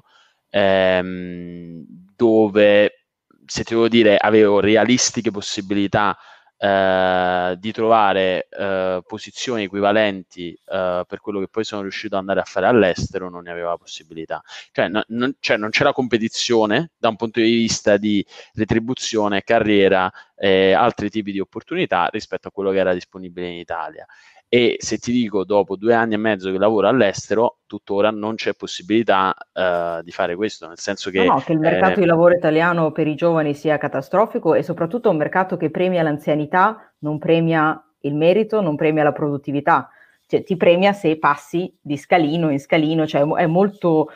dove, se ti devo dire, avevo realistiche possibilità di trovare posizioni equivalenti per quello che poi sono riuscito ad andare a fare all'estero, non ne aveva la possibilità. Cioè, non c'era competizione da un punto di vista di retribuzione, carriera e altri tipi di opportunità rispetto a quello che era disponibile in Italia. E se ti dico, dopo 2 anni e mezzo che lavoro all'estero, tuttora non c'è possibilità di fare questo, nel senso che... No, che il mercato di lavoro italiano per i giovani sia catastrofico, e soprattutto un mercato che premia l'anzianità, non premia il merito, non premia la produttività. Cioè, ti premia se passi di scalino in scalino, cioè è molto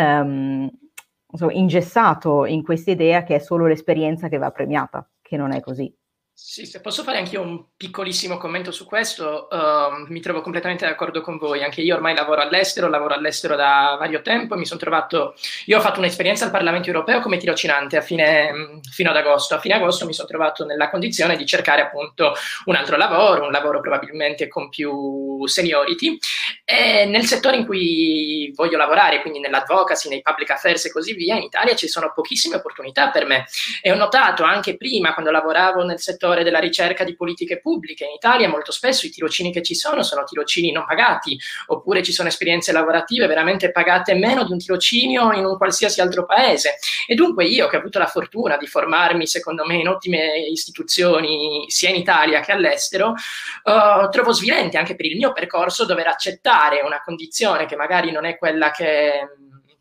ingessato in questa idea che è solo l'esperienza che va premiata, che non è così. Sì, se posso fare anche io un piccolissimo commento su questo, mi trovo completamente d'accordo con voi. Anche io ormai lavoro all'estero da vario tempo, e mi sono trovato, io ho fatto un'esperienza al Parlamento europeo come tirocinante fino ad agosto. A fine agosto mi sono trovato nella condizione di cercare appunto un altro lavoro, un lavoro probabilmente con più seniority, e nel settore in cui voglio lavorare, quindi nell'advocacy, nei public affairs e così via, in Italia ci sono pochissime opportunità per me. E ho notato anche prima, quando lavoravo nel settore della ricerca di politiche pubbliche, in Italia molto spesso i tirocini che ci sono tirocini non pagati, oppure ci sono esperienze lavorative veramente pagate meno di un tirocinio in un qualsiasi altro paese. E dunque io, che ho avuto la fortuna di formarmi secondo me in ottime istituzioni sia in Italia che all'estero, trovo svilente anche per il mio percorso dover accettare una condizione che magari non è quella che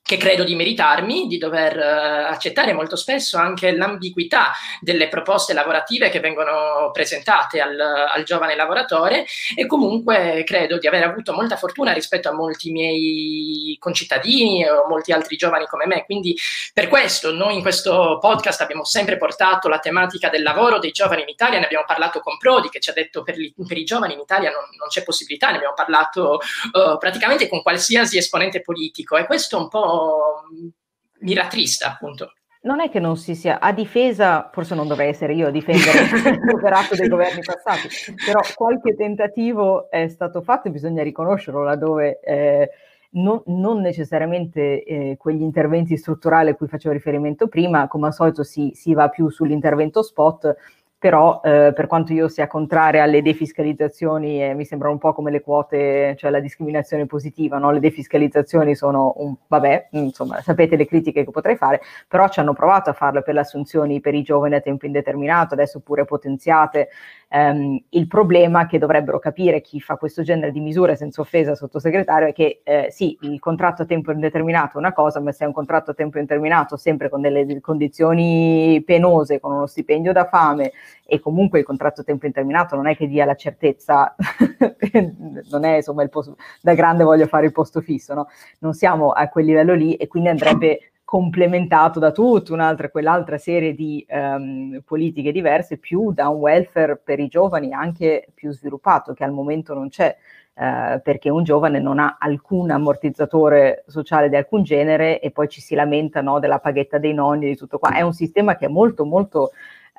che credo di meritarmi, di dover accettare molto spesso anche l'ambiguità delle proposte lavorative che vengono presentate al giovane lavoratore, e comunque credo di aver avuto molta fortuna rispetto a molti miei concittadini o molti altri giovani come me. Quindi per questo noi in questo podcast abbiamo sempre portato la tematica del lavoro dei giovani in Italia. Ne abbiamo parlato con Prodi, che ci ha detto per i giovani in Italia non c'è possibilità. Ne abbiamo parlato praticamente con qualsiasi esponente politico, e questo un po' mi rattrista, appunto. Non è che non si sia a difesa, forse non dovrei essere io a difendere l'operato dei governi passati, però qualche tentativo è stato fatto e bisogna riconoscerlo, laddove non necessariamente quegli interventi strutturali a cui facevo riferimento prima. Come al solito si va più sull'intervento spot, però per quanto io sia contraria alle defiscalizzazioni, mi sembrano un po' come le quote, cioè la discriminazione positiva, no? Le defiscalizzazioni sono vabbè, insomma, sapete le critiche che potrei fare, però ci hanno provato a farle per le assunzioni per i giovani a tempo indeterminato, adesso pure potenziate. Il problema che dovrebbero capire chi fa questo genere di misure, senza offesa sottosegretario, è che sì, il contratto a tempo indeterminato è una cosa, ma se è un contratto a tempo indeterminato sempre con delle condizioni penose, con uno stipendio da fame, e comunque il contratto a tempo indeterminato non è che dia la certezza, non è insomma il posto, da grande voglio fare il posto fisso, no? Non siamo a quel livello lì, e quindi andrebbe complementato da tutta quell'altra serie di politiche diverse, più da un welfare per i giovani anche più sviluppato, che al momento non c'è, perché un giovane non ha alcun ammortizzatore sociale di alcun genere, e poi ci si lamenta, no, della paghetta dei nonni, di tutto qua. È un sistema che è molto molto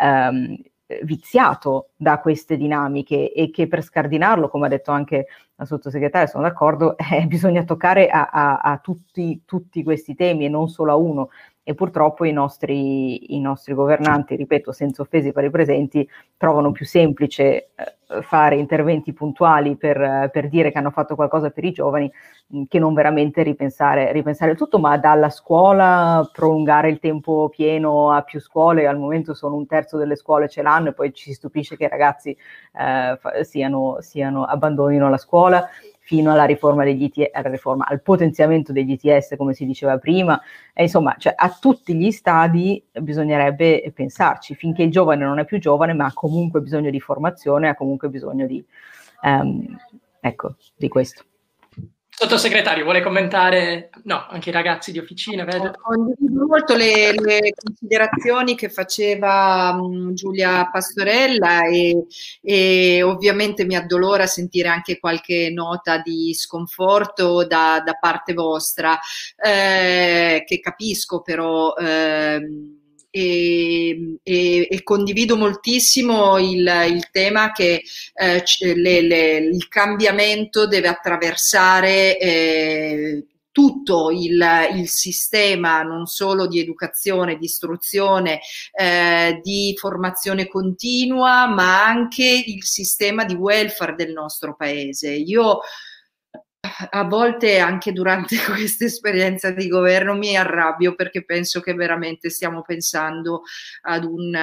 viziato da queste dinamiche, e che per scardinarlo, come ha detto anche la sottosegretaria, sono d'accordo, bisogna toccare a tutti questi temi e non solo a uno, e purtroppo i nostri governanti, ripeto, senza offese per i presenti, trovano più semplice fare interventi puntuali per dire che hanno fatto qualcosa per i giovani, che non veramente ripensare il tutto. Ma dalla scuola prolungare il tempo pieno a più scuole, al momento solo 1/3 delle scuole ce l'hanno, e poi ci stupisce che i ragazzi abbandonino la scuola, fino alla riforma degli ITS, al potenziamento degli ITS, come si diceva prima. E insomma, cioè, a tutti gli stadi bisognerebbe pensarci, finché il giovane non è più giovane, ma ha comunque bisogno di formazione, ha comunque bisogno di questo. Sottosegretario, vuole commentare? No, anche i ragazzi di officina, vedo. Condivido molto le considerazioni che faceva Giulia Pastorella, e ovviamente mi addolora sentire anche qualche nota di sconforto da parte vostra, che capisco, però e condivido moltissimo il tema che il cambiamento deve attraversare tutto il sistema, non solo di educazione, di istruzione, di formazione continua, ma anche il sistema di welfare del nostro paese. Io a volte, anche durante questa esperienza di governo, mi arrabbio, perché penso che veramente stiamo pensando ad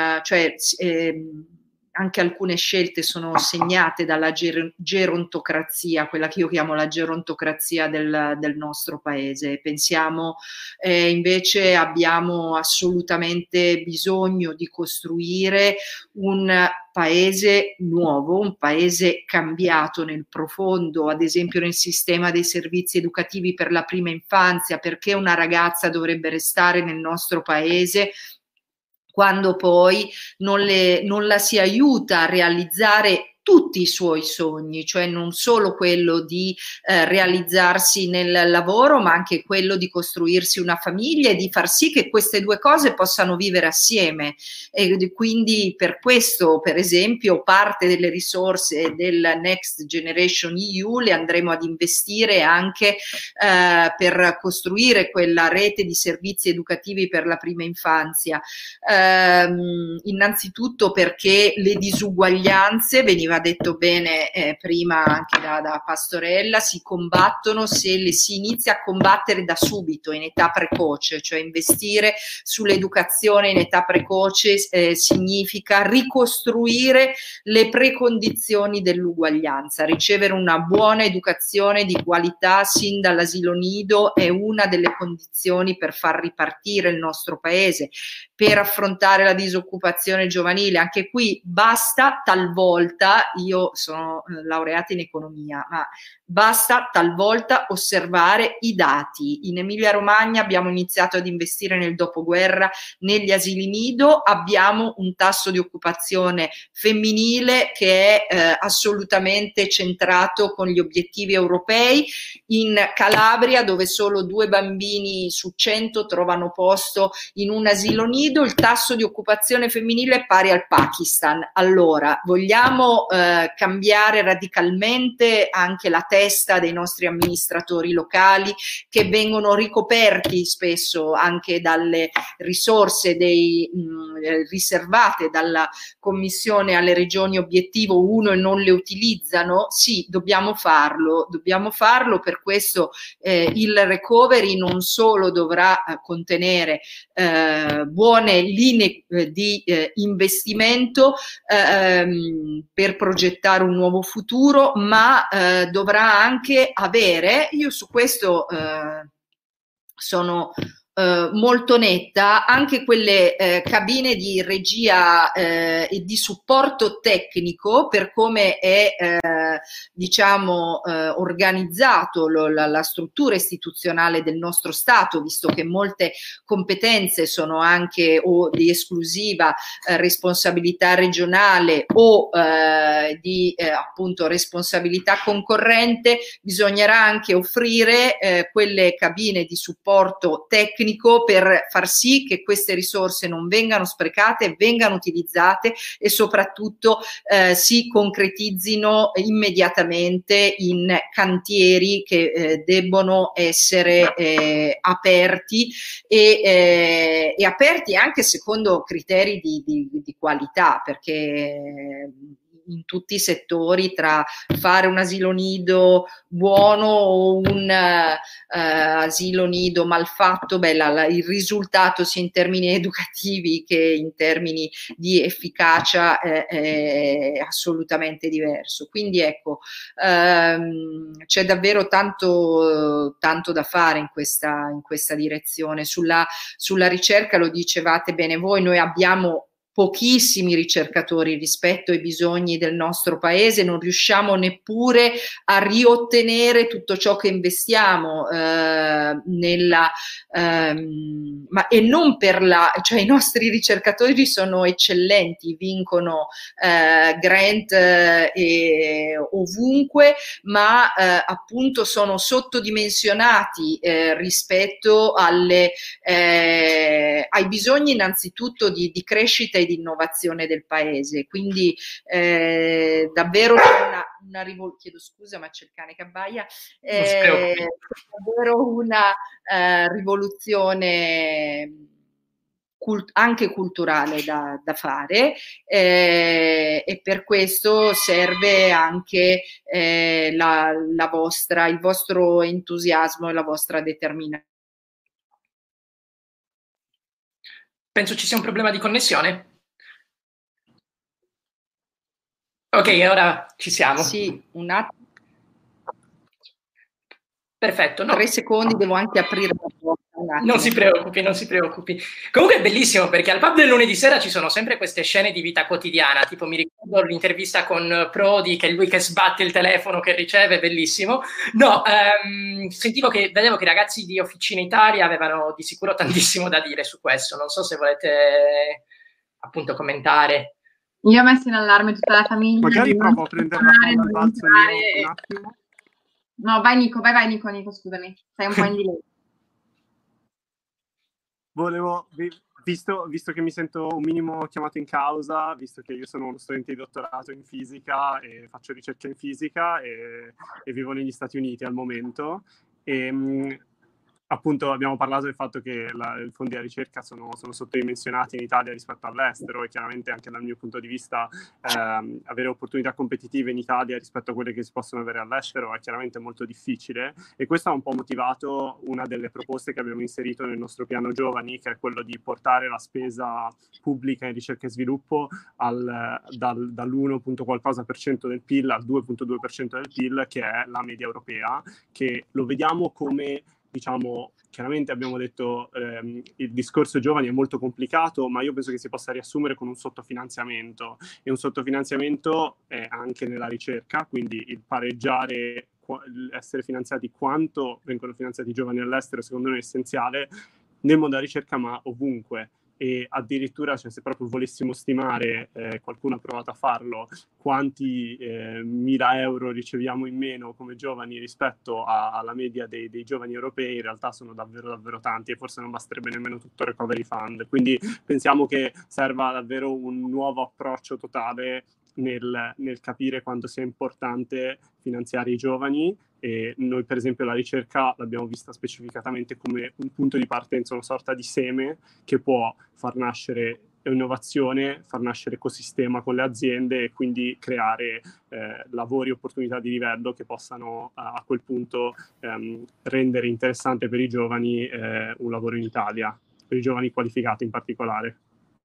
anche alcune scelte sono segnate dalla gerontocrazia, quella che io chiamo la gerontocrazia del nostro paese. Pensiamo, invece abbiamo assolutamente bisogno di costruire un paese nuovo, un paese cambiato nel profondo, ad esempio nel sistema dei servizi educativi per la prima infanzia. Perché una ragazza dovrebbe restare nel nostro paese quando poi non la si aiuta a realizzare tutti i suoi sogni, cioè non solo quello di realizzarsi nel lavoro, ma anche quello di costruirsi una famiglia e di far sì che queste due cose possano vivere assieme. E quindi per questo, per esempio, parte delle risorse del Next Generation EU le andremo ad investire anche per costruire quella rete di servizi educativi per la prima infanzia. Innanzitutto perché le disuguaglianze venivano aveva detto bene prima anche da Pastorella, si combattono se si inizia a combattere da subito, in età precoce, cioè investire sull'educazione in età precoce significa ricostruire le precondizioni dell'uguaglianza. Ricevere una buona educazione di qualità sin dall'asilo nido è una delle condizioni per far ripartire il nostro paese, per affrontare la disoccupazione giovanile. Anche qui basta talvolta, io sono laureata in economia, ma basta talvolta osservare i dati. In Emilia-Romagna abbiamo iniziato ad investire nel dopoguerra negli asili nido, abbiamo un tasso di occupazione femminile che è assolutamente centrato con gli obiettivi europei. In Calabria, dove solo 2 bambini su 100 trovano posto in un asilo nido, il tasso di occupazione femminile è pari al Pakistan. Allora, vogliamo cambiare radicalmente anche la testa dei nostri amministratori locali, che vengono ricoperti spesso anche dalle risorse riservate dalla Commissione alle regioni obiettivo 1 e non le utilizzano? Sì, dobbiamo farlo. Per questo il recovery non solo dovrà contenere buone linee di investimento per progettare un nuovo futuro, ma dovrà anche avere, io su questo sono molto netta, anche quelle cabine di regia e di supporto tecnico, per come è diciamo organizzato la struttura istituzionale del nostro Stato, visto che molte competenze sono anche o di esclusiva responsabilità regionale o di appunto responsabilità concorrente. Bisognerà anche offrire quelle cabine di supporto tecnico per far sì che queste risorse non vengano sprecate, vengano utilizzate e soprattutto si concretizzino immediatamente in cantieri che debbono essere aperti e aperti anche secondo criteri di qualità, perché in tutti i settori, tra fare un asilo nido buono o un asilo nido malfatto, il risultato sia in termini educativi che in termini di efficacia è assolutamente diverso. Quindi ecco, c'è davvero tanto da fare in questa direzione. Sulla ricerca, lo dicevate bene voi, noi abbiamo pochissimi ricercatori rispetto ai bisogni del nostro paese, non riusciamo neppure a riottenere tutto ciò che investiamo e non cioè i nostri ricercatori sono eccellenti, vincono grant ovunque, ma appunto sono sottodimensionati rispetto ai bisogni innanzitutto di crescita e di innovazione del paese. Quindi davvero una rivoluzione, chiedo scusa ma c'è il cane che abbaia, davvero una rivoluzione anche culturale da fare e per questo serve anche il vostro entusiasmo e la vostra determinazione. Penso ci sia un problema di connessione. Ok, ora ci siamo. Sì, un attimo. Perfetto. No. 3 secondi, devo anche aprire la porta. Non si preoccupi. Comunque è bellissimo, perché al pub del lunedì sera ci sono sempre queste scene di vita quotidiana, tipo mi ricordo l'intervista con Prodi, che è lui che sbatte il telefono che riceve, bellissimo. No, vedevo che i ragazzi di Officina Italia avevano di sicuro tantissimo da dire su questo, non so se volete appunto commentare. Io ho messo in allarme tutta la famiglia. Magari provo a prendere la palla al balzo un attimo. No, vai Nico, scusami, sei un po' in delay. Volevo, visto che mi sento un minimo chiamato in causa, visto che io sono uno studente di dottorato in fisica e faccio ricerca in fisica e vivo negli Stati Uniti al momento, appunto abbiamo parlato del fatto che i fondi della ricerca sono sottodimensionati in Italia rispetto all'estero, e chiaramente anche dal mio punto di vista avere opportunità competitive in Italia rispetto a quelle che si possono avere all'estero è chiaramente molto difficile, e questo ha un po' motivato una delle proposte che abbiamo inserito nel nostro piano giovani, che è quello di portare la spesa pubblica in ricerca e sviluppo dall'1 qualcosa per cento del PIL al 2,2% del PIL, che è la media europea, che lo vediamo come, diciamo, chiaramente abbiamo detto il discorso giovani è molto complicato, ma io penso che si possa riassumere con un sottofinanziamento, e un sottofinanziamento è anche nella ricerca, quindi il pareggiare, essere finanziati quanto vengono finanziati i giovani all'estero, secondo noi è essenziale nel mondo della ricerca, ma ovunque. E addirittura, cioè, se proprio volessimo stimare, qualcuno ha provato a farlo, quanti 1.000 euro riceviamo in meno come giovani rispetto alla media dei giovani europei, in realtà sono davvero davvero tanti, e forse non basterebbe nemmeno tutto il Recovery Fund. Quindi pensiamo che serva davvero un nuovo approccio totale nel capire quanto sia importante finanziare i giovani. E noi, per esempio, la ricerca l'abbiamo vista specificatamente come un punto di partenza, una sorta di seme che può far nascere innovazione, far nascere ecosistema con le aziende, e quindi creare lavori e opportunità di livello che possano a quel punto rendere interessante per i giovani un lavoro in Italia, per i giovani qualificati in particolare.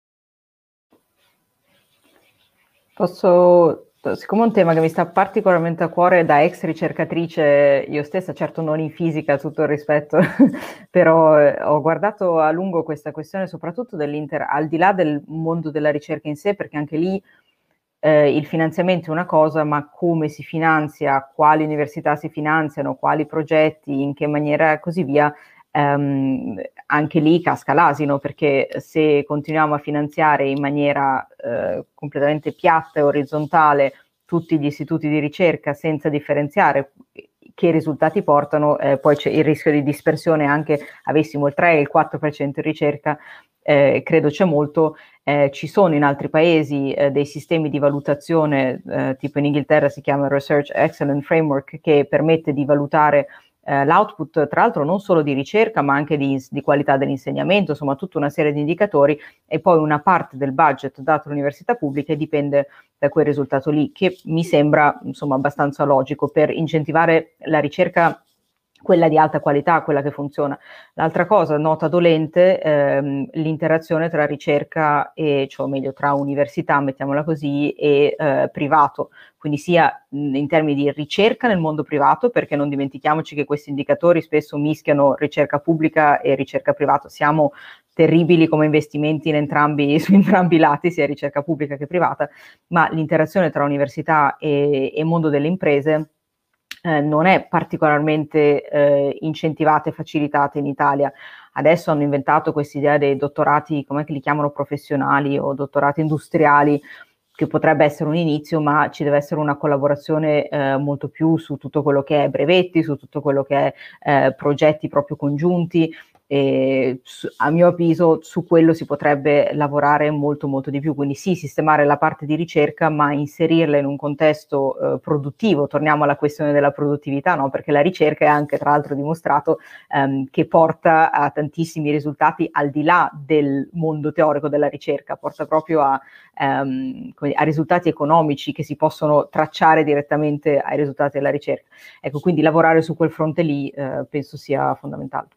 Siccome è un tema che mi sta particolarmente a cuore da ex ricercatrice io stessa, certo non in fisica, tutto il rispetto, però ho guardato a lungo questa questione soprattutto al di là del mondo della ricerca in sé, perché anche lì il finanziamento è una cosa, ma come si finanzia, quali università si finanziano, quali progetti, in che maniera e così via, anche lì casca l'asino, perché se continuiamo a finanziare in maniera completamente piatta e orizzontale tutti gli istituti di ricerca senza differenziare che risultati portano, poi c'è il rischio di dispersione, anche avessimo il 3 e il 4% in ricerca, credo c'è molto. Ci sono in altri paesi dei sistemi di valutazione, tipo in Inghilterra si chiama Research Excellence Framework, che permette di valutare l'output, tra l'altro non solo di ricerca, ma anche di qualità dell'insegnamento, insomma tutta una serie di indicatori, e poi una parte del budget dato alle università pubbliche dipende da quel risultato lì, che mi sembra insomma abbastanza logico per incentivare la ricerca, quella di alta qualità, quella che funziona. L'altra cosa, nota dolente, l'interazione tra ricerca e, cioè meglio, tra università, mettiamola così, e privato, quindi sia in termini di ricerca nel mondo privato, perché non dimentichiamoci che questi indicatori spesso mischiano ricerca pubblica e ricerca privata. Siamo terribili come investimenti su entrambi i lati, sia ricerca pubblica che privata, ma l'interazione tra università e mondo delle imprese non è particolarmente incentivata e facilitata in Italia. Adesso hanno inventato questa idea dei dottorati, com'è che li chiamano, professionali o dottorati industriali, che potrebbe essere un inizio, ma ci deve essere una collaborazione molto più su tutto quello che è brevetti, su tutto quello che è progetti proprio congiunti. E a mio avviso su quello si potrebbe lavorare molto molto di più, quindi sì, sistemare la parte di ricerca, ma inserirla in un contesto produttivo. Torniamo alla questione della produttività, no? Perché la ricerca è anche, tra l'altro, dimostrato che porta a tantissimi risultati al di là del mondo teorico della ricerca, porta proprio a risultati economici che si possono tracciare direttamente ai risultati della ricerca. Ecco, quindi lavorare su quel fronte lì penso sia fondamentale.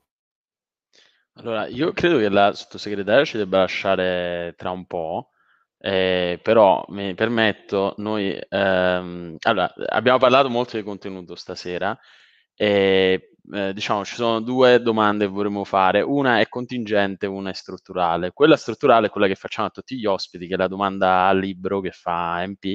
Allora, io credo che la sottosegretaria ci debba lasciare tra un po', però mi permetto, noi allora, abbiamo parlato molto di contenuto stasera, e diciamo ci sono due domande che vorremmo fare, una è contingente, una è strutturale. Quella strutturale è quella che facciamo a tutti gli ospiti, che è la domanda al libro che fa MP,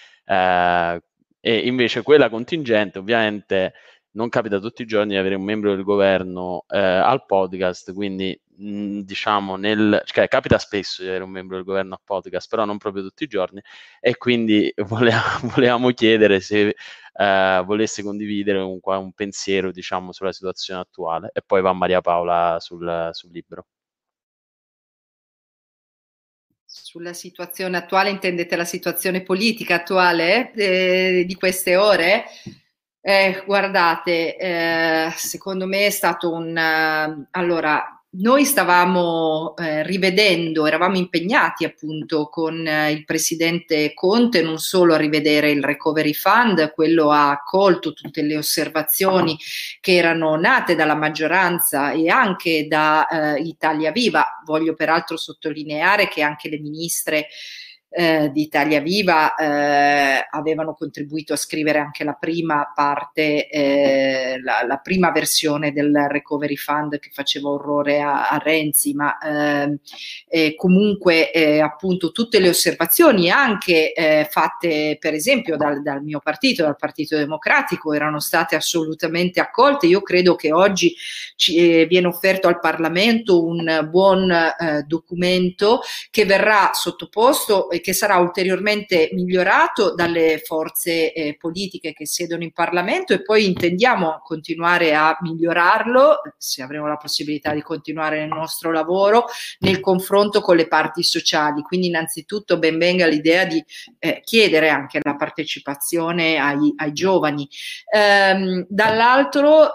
e invece quella contingente ovviamente non capita tutti i giorni di avere un membro del governo al podcast, quindi diciamo cioè, capita spesso di avere un membro del governo al podcast, però non proprio tutti i giorni, e quindi volevamo chiedere se volesse condividere un pensiero, diciamo, sulla situazione attuale, e poi va Maria Paola sul libro. Sulla situazione attuale intendete la situazione politica attuale di queste ore? Guardate, secondo me è stato allora, noi stavamo rivedendo, eravamo impegnati appunto con il presidente Conte non solo a rivedere il Recovery Fund, quello ha accolto tutte le osservazioni che erano nate dalla maggioranza e anche da Italia Viva. Voglio peraltro sottolineare che anche le ministre di Italia Viva avevano contribuito a scrivere anche la prima parte, la prima versione del Recovery Fund che faceva orrore a Renzi, ma comunque appunto tutte le osservazioni anche fatte per esempio dal mio partito, dal Partito Democratico, erano state assolutamente accolte. Io credo che oggi viene offerto al Parlamento un buon documento che verrà sottoposto e che sarà ulteriormente migliorato dalle forze politiche che siedono in Parlamento, e poi intendiamo continuare a migliorarlo, se avremo la possibilità di continuare nel nostro lavoro, nel confronto con le parti sociali. Quindi innanzitutto ben venga l'idea di chiedere anche la partecipazione ai giovani. Dall'altro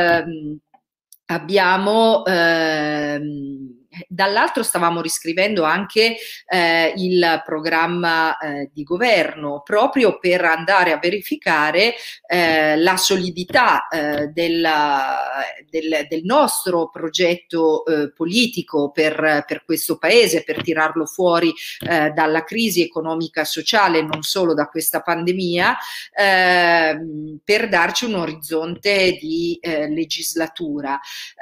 dall'altro stavamo riscrivendo anche il programma di governo, proprio per andare a verificare la solidità del nostro progetto politico per questo paese, per tirarlo fuori dalla crisi economica e sociale, non solo da questa pandemia, per darci un orizzonte di legislatura.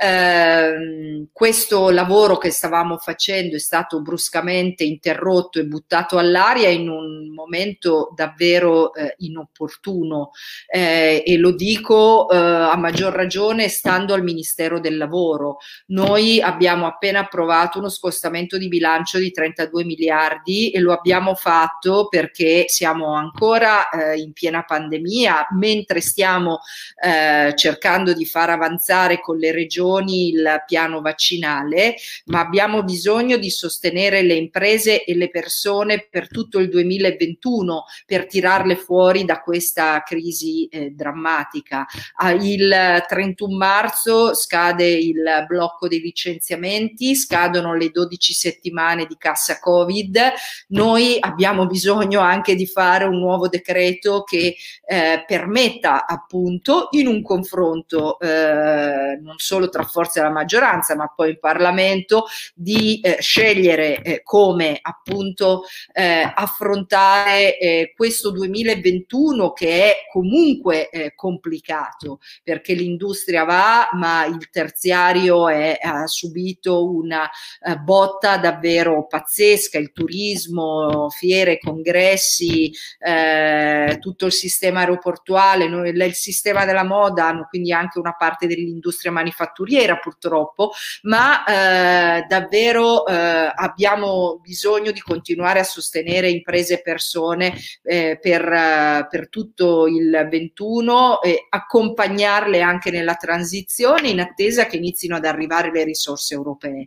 Questo lavoro che stavamo facendo è stato bruscamente interrotto e buttato all'aria in un momento davvero inopportuno, e lo dico a maggior ragione stando al Ministero del Lavoro. Noi abbiamo appena approvato uno scostamento di bilancio di 32 miliardi e lo abbiamo fatto perché siamo ancora in piena pandemia, mentre stiamo cercando di far avanzare con le regioni il piano vaccinale, ma abbiamo bisogno di sostenere le imprese e le persone per tutto il 2021 per tirarle fuori da questa crisi drammatica. Il 31 marzo scade il blocco dei licenziamenti, scadono le 12 settimane di cassa Covid. Noi abbiamo bisogno anche di fare un nuovo decreto che permetta appunto, in un confronto non solo tra forze della maggioranza ma poi in Parlamento, di scegliere come appunto affrontare questo 2021 che è comunque complicato, perché l'industria va, ma il terziario ha subito una botta davvero pazzesca, il turismo, fiere, congressi, tutto il sistema aeroportuale, il sistema della moda, quindi anche una parte dell'industria manifatturiera purtroppo, ma davvero abbiamo bisogno di continuare a sostenere imprese e persone per tutto il 21 e accompagnarle anche nella transizione in attesa che inizino ad arrivare le risorse europee.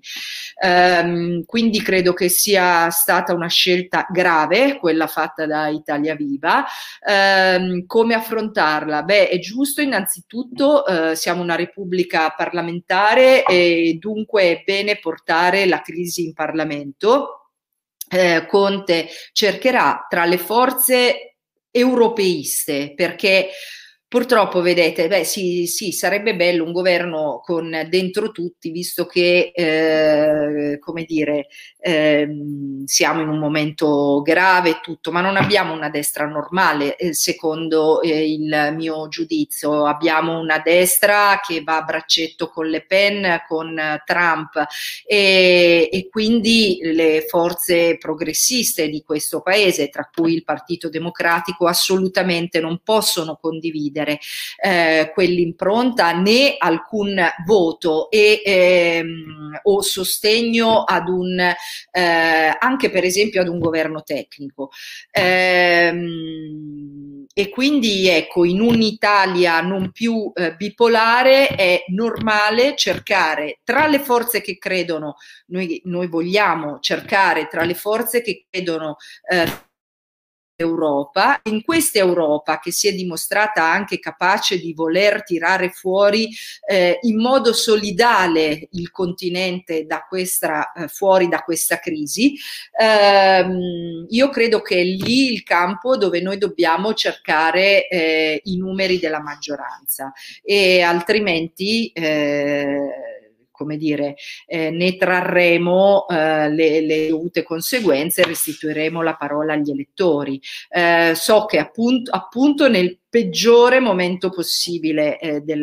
Quindi credo che sia stata una scelta grave quella fatta da Italia Viva. Come affrontarla? Beh, è giusto innanzitutto, siamo una repubblica parlamentare e dunque è bene portare la crisi in Parlamento. Conte cercherà tra le forze europeiste, perché purtroppo, vedete, beh, sì, sarebbe bello un governo con dentro tutti, visto che, come dire, siamo in un momento grave e tutto, ma non abbiamo una destra normale, secondo il mio giudizio. Abbiamo una destra che va a braccetto con Le Pen, con Trump, e quindi le forze progressiste di questo paese, tra cui il Partito Democratico, assolutamente non possono condividere quell'impronta né alcun voto o sostegno ad anche per esempio ad un governo tecnico. E quindi ecco, in un'Italia non più bipolare è normale cercare tra le forze che credono, noi vogliamo cercare tra le forze che credono Europa, in questa Europa che si è dimostrata anche capace di voler tirare fuori in modo solidale il continente fuori da questa crisi, io credo che è lì il campo dove noi dobbiamo cercare i numeri della maggioranza, e altrimenti come dire, ne trarremo le dovute conseguenze e restituiremo la parola agli elettori. So che appunto nel peggiore momento possibile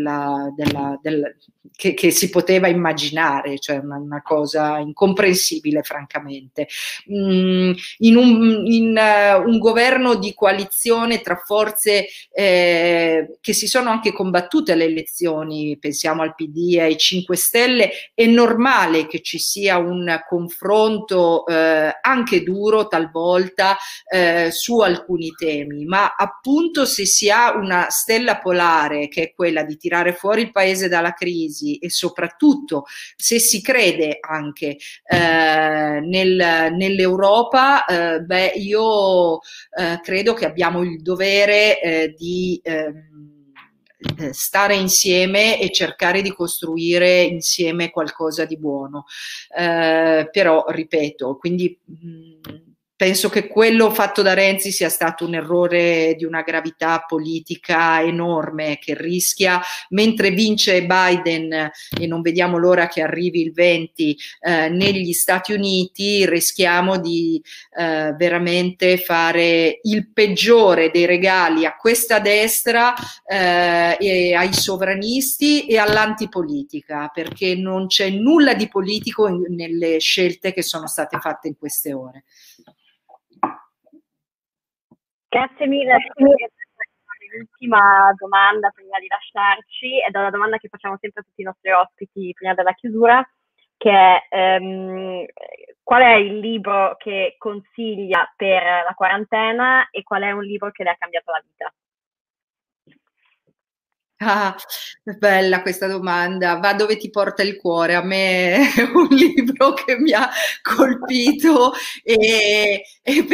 che si poteva immaginare, cioè una cosa incomprensibile francamente. In un governo di coalizione tra forze che si sono anche combattute alle elezioni, pensiamo al PD e ai 5 Stelle, è normale che ci sia un confronto anche duro talvolta su alcuni temi, ma appunto se si ha una stella polare che è quella di tirare fuori il paese dalla crisi, e soprattutto se si crede anche nell'Europa, io credo che abbiamo il dovere di stare insieme e cercare di costruire insieme qualcosa di buono. Però ripeto, quindi penso che quello fatto da Renzi sia stato un errore di una gravità politica enorme, che rischia, mentre vince Biden e non vediamo l'ora che arrivi il 20 negli Stati Uniti, rischiamo di veramente fare il peggiore dei regali a questa destra e ai sovranisti e all'antipolitica, perché non c'è nulla di politico nelle scelte che sono state fatte in queste ore. Grazie mille. L'ultima domanda prima di lasciarci è una domanda che facciamo sempre a tutti i nostri ospiti prima della chiusura, che è qual è il libro che consiglia per la quarantena e qual è un libro che le ha cambiato la vita? Ah, bella questa domanda. Va dove ti porta il cuore. A me è un libro che mi ha colpito e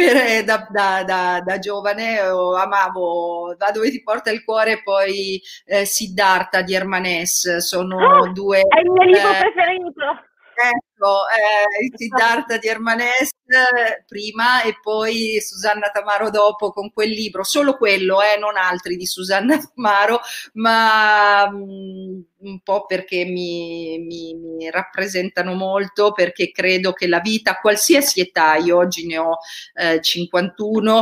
da giovane amavo Va dove ti porta il cuore e poi Siddhartha di Hermanès. Sono due... È il mio libro preferito! Ecco, Siddhartha di Hermanès prima e poi Susanna Tamaro dopo, con quel libro, solo quello, non altri di Susanna Tamaro, ma un po' perché mi rappresentano molto, perché credo che la vita a qualsiasi età, io oggi ne ho 51,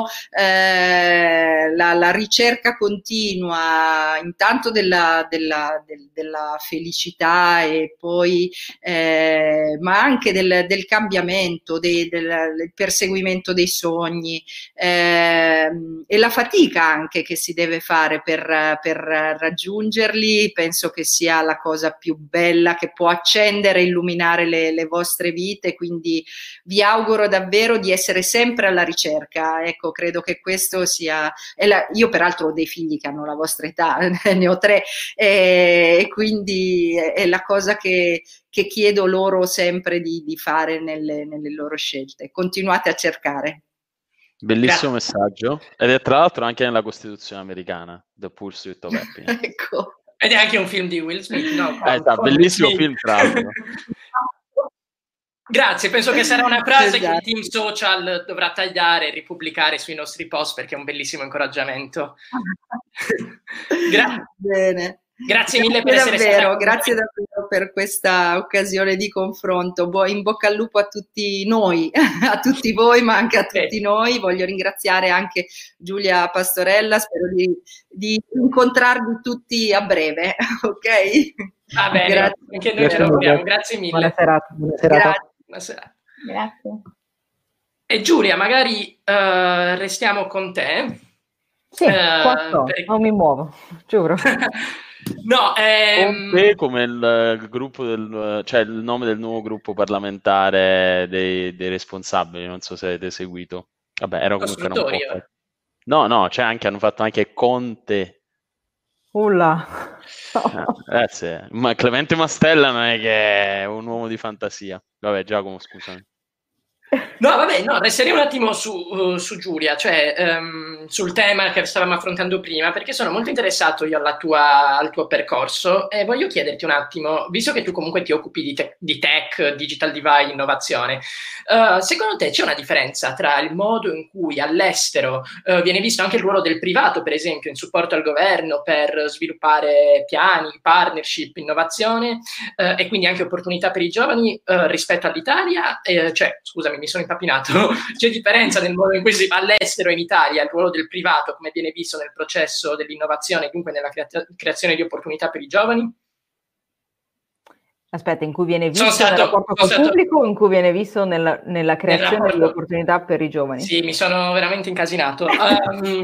la ricerca continua intanto della felicità e poi ma anche del cambiamento, del perseguimento dei sogni e la fatica anche che si deve fare per raggiungerli, penso che sia la cosa più bella che può accendere e illuminare le vostre vite, quindi vi auguro davvero di essere sempre alla ricerca. Ecco, credo che questo sia... io peraltro ho dei figli che hanno la vostra età, ne ho 3, e quindi è la cosa che chiedo loro sempre di fare nelle loro scelte. Continuate a cercare. Bellissimo messaggio, ed è tra l'altro anche nella Costituzione americana, The Pursuit of Happiness. Ecco. Ed è anche un film di Will Smith, no? Bellissimo film, tra l'altro. Grazie, penso che sarà una frase che il team social dovrà tagliare e ripubblicare sui nostri post, perché è un bellissimo incoraggiamento. Bene. Grazie mille per essere stata. Grazie davvero per questa occasione di confronto. In bocca al lupo a tutti noi, a tutti voi, ma anche a tutti noi. Voglio ringraziare anche Giulia Pastorella, spero di incontrarvi tutti a breve, ok? Va bene, grazie. Anche noi ce lo proviamo, grazie mille. Buona serata. Buonasera. Grazie. E Giulia, magari restiamo con te. Sì, non mi muovo, giuro. No, come il gruppo cioè il nome del nuovo gruppo parlamentare dei responsabili, non so se avete seguito. Vabbè, era comunque un po'. Cioè hanno fatto anche Conte. Grazie. Ma Clemente Mastella non è che è un uomo di fantasia. Vabbè, Giacomo, scusami. No, vabbè, no, resterei un attimo su Giulia, cioè sul tema che stavamo affrontando prima, perché sono molto interessato io al tuo percorso e voglio chiederti un attimo, visto che tu comunque ti occupi di tech, digital divide, innovazione, secondo te c'è una differenza tra il modo in cui all'estero viene visto anche il ruolo del privato, per esempio, in supporto al governo per sviluppare piani, partnership, innovazione e quindi anche opportunità per i giovani rispetto all'Italia? Cioè, scusami, mi sono impappinato. C'è differenza nel modo in cui si va all'estero e in Italia, il ruolo del privato, come viene visto nel processo dell'innovazione, dunque nella creazione di opportunità per i giovani? Aspetta, in cui viene visto nel rapporto col pubblico o in cui viene visto nella creazione di opportunità per i giovani? Sì, mi sono veramente incasinato. Okay.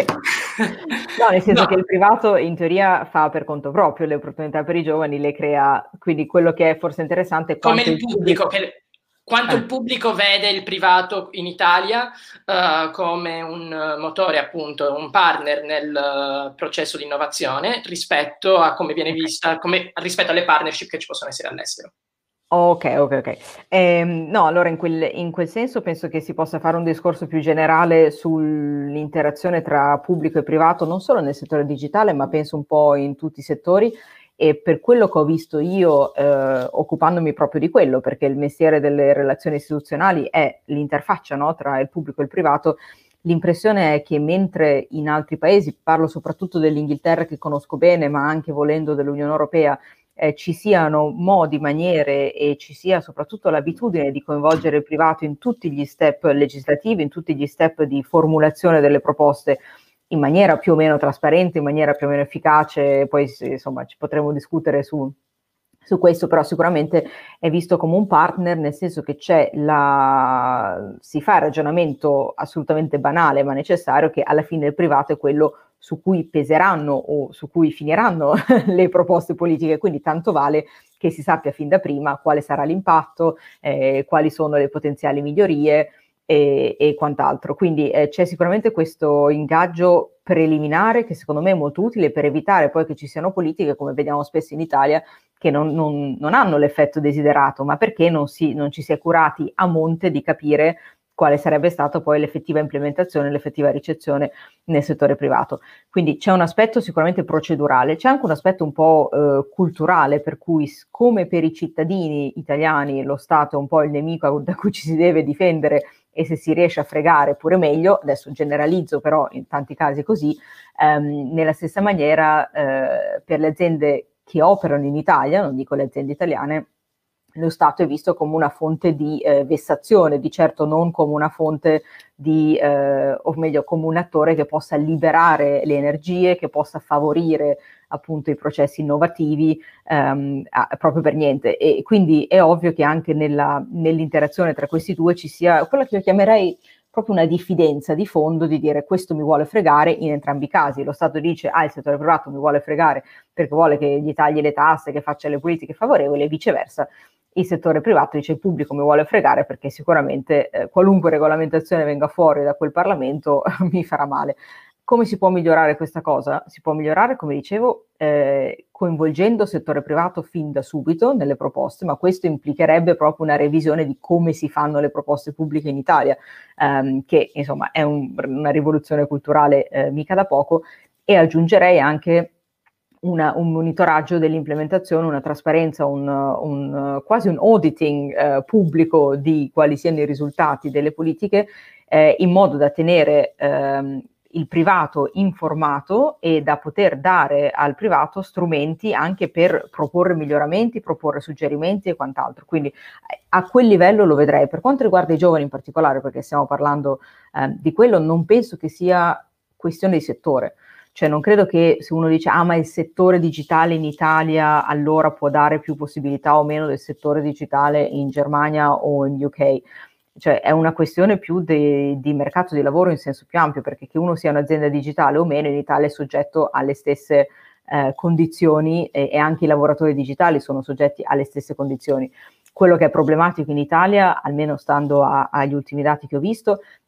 No, nel senso che il privato in teoria fa per conto proprio le opportunità per i giovani, le crea, quindi quello che è forse interessante è quanto come il pubblico quanto il pubblico vede il privato in Italia come un motore, appunto, un partner nel processo di innovazione rispetto a come viene vista, rispetto alle partnership che ci possono essere all'estero. Ok. No, allora in quel senso penso che si possa fare un discorso più generale sull'interazione tra pubblico e privato, non solo nel settore digitale, ma penso un po' in tutti i settori. E per quello che ho visto io, occupandomi proprio di quello, perché il mestiere delle relazioni istituzionali è l'interfaccia, no, tra il pubblico e il privato, l'impressione è che mentre in altri paesi, parlo soprattutto dell'Inghilterra che conosco bene, ma anche volendo dell'Unione Europea, ci siano modi, maniere e ci sia soprattutto l'abitudine di coinvolgere il privato in tutti gli step legislativi, in tutti gli step di formulazione delle proposte, in maniera più o meno trasparente, in maniera più o meno efficace, poi insomma ci potremo discutere su questo, però sicuramente è visto come un partner, nel senso che si fa il ragionamento assolutamente banale ma necessario che alla fine il privato è quello su cui peseranno o su cui finiranno le proposte politiche, quindi tanto vale che si sappia fin da prima quale sarà l'impatto, quali sono le potenziali migliorie, e quant'altro. Quindi c'è sicuramente questo ingaggio preliminare che secondo me è molto utile per evitare poi che ci siano politiche, come vediamo spesso in Italia, che non hanno l'effetto desiderato, ma perché non ci si è curati a monte di capire quale sarebbe stata poi l'effettiva implementazione, l'effettiva ricezione nel settore privato. Quindi c'è un aspetto sicuramente procedurale, c'è anche un aspetto un po' culturale, per cui come per i cittadini italiani lo Stato è un po' il nemico da cui ci si deve difendere e se si riesce a fregare pure meglio, adesso generalizzo però in tanti casi così, nella stessa maniera per le aziende che operano in Italia, non dico le aziende italiane, lo Stato è visto come una fonte di vessazione, di certo non come una fonte o meglio come un attore che possa liberare le energie, che possa favorire appunto i processi innovativi, proprio per niente. E quindi è ovvio che anche nell'interazione tra questi due ci sia quella che io chiamerei proprio una diffidenza di fondo di dire questo mi vuole fregare in entrambi i casi. Lo Stato dice il settore privato mi vuole fregare perché vuole che gli tagli le tasse, che faccia le politiche favorevoli e viceversa. Il settore privato dice il pubblico mi vuole fregare perché sicuramente qualunque regolamentazione venga fuori da quel Parlamento mi farà male. Come si può migliorare questa cosa? Si può migliorare, come dicevo, coinvolgendo il settore privato fin da subito nelle proposte, ma questo implicherebbe proprio una revisione di come si fanno le proposte pubbliche in Italia, che insomma è una rivoluzione culturale mica da poco, e aggiungerei anche un monitoraggio dell'implementazione, una trasparenza, quasi un auditing pubblico di quali siano i risultati delle politiche, in modo da tenere il privato informato e da poter dare al privato strumenti anche per proporre miglioramenti, proporre suggerimenti e quant'altro. Quindi a quel livello lo vedrei. Per quanto riguarda i giovani in particolare, perché stiamo parlando di quello, non penso che sia questione di settore. Cioè non credo che se uno dice ma il settore digitale in Italia allora può dare più possibilità o meno del settore digitale in Germania o in UK. Cioè è una questione più di mercato di lavoro in senso più ampio, perché che uno sia un'azienda digitale o meno in Italia è soggetto alle stesse condizioni e anche i lavoratori digitali sono soggetti alle stesse condizioni. Quello che è problematico in Italia, almeno stando agli ultimi dati che ho visto,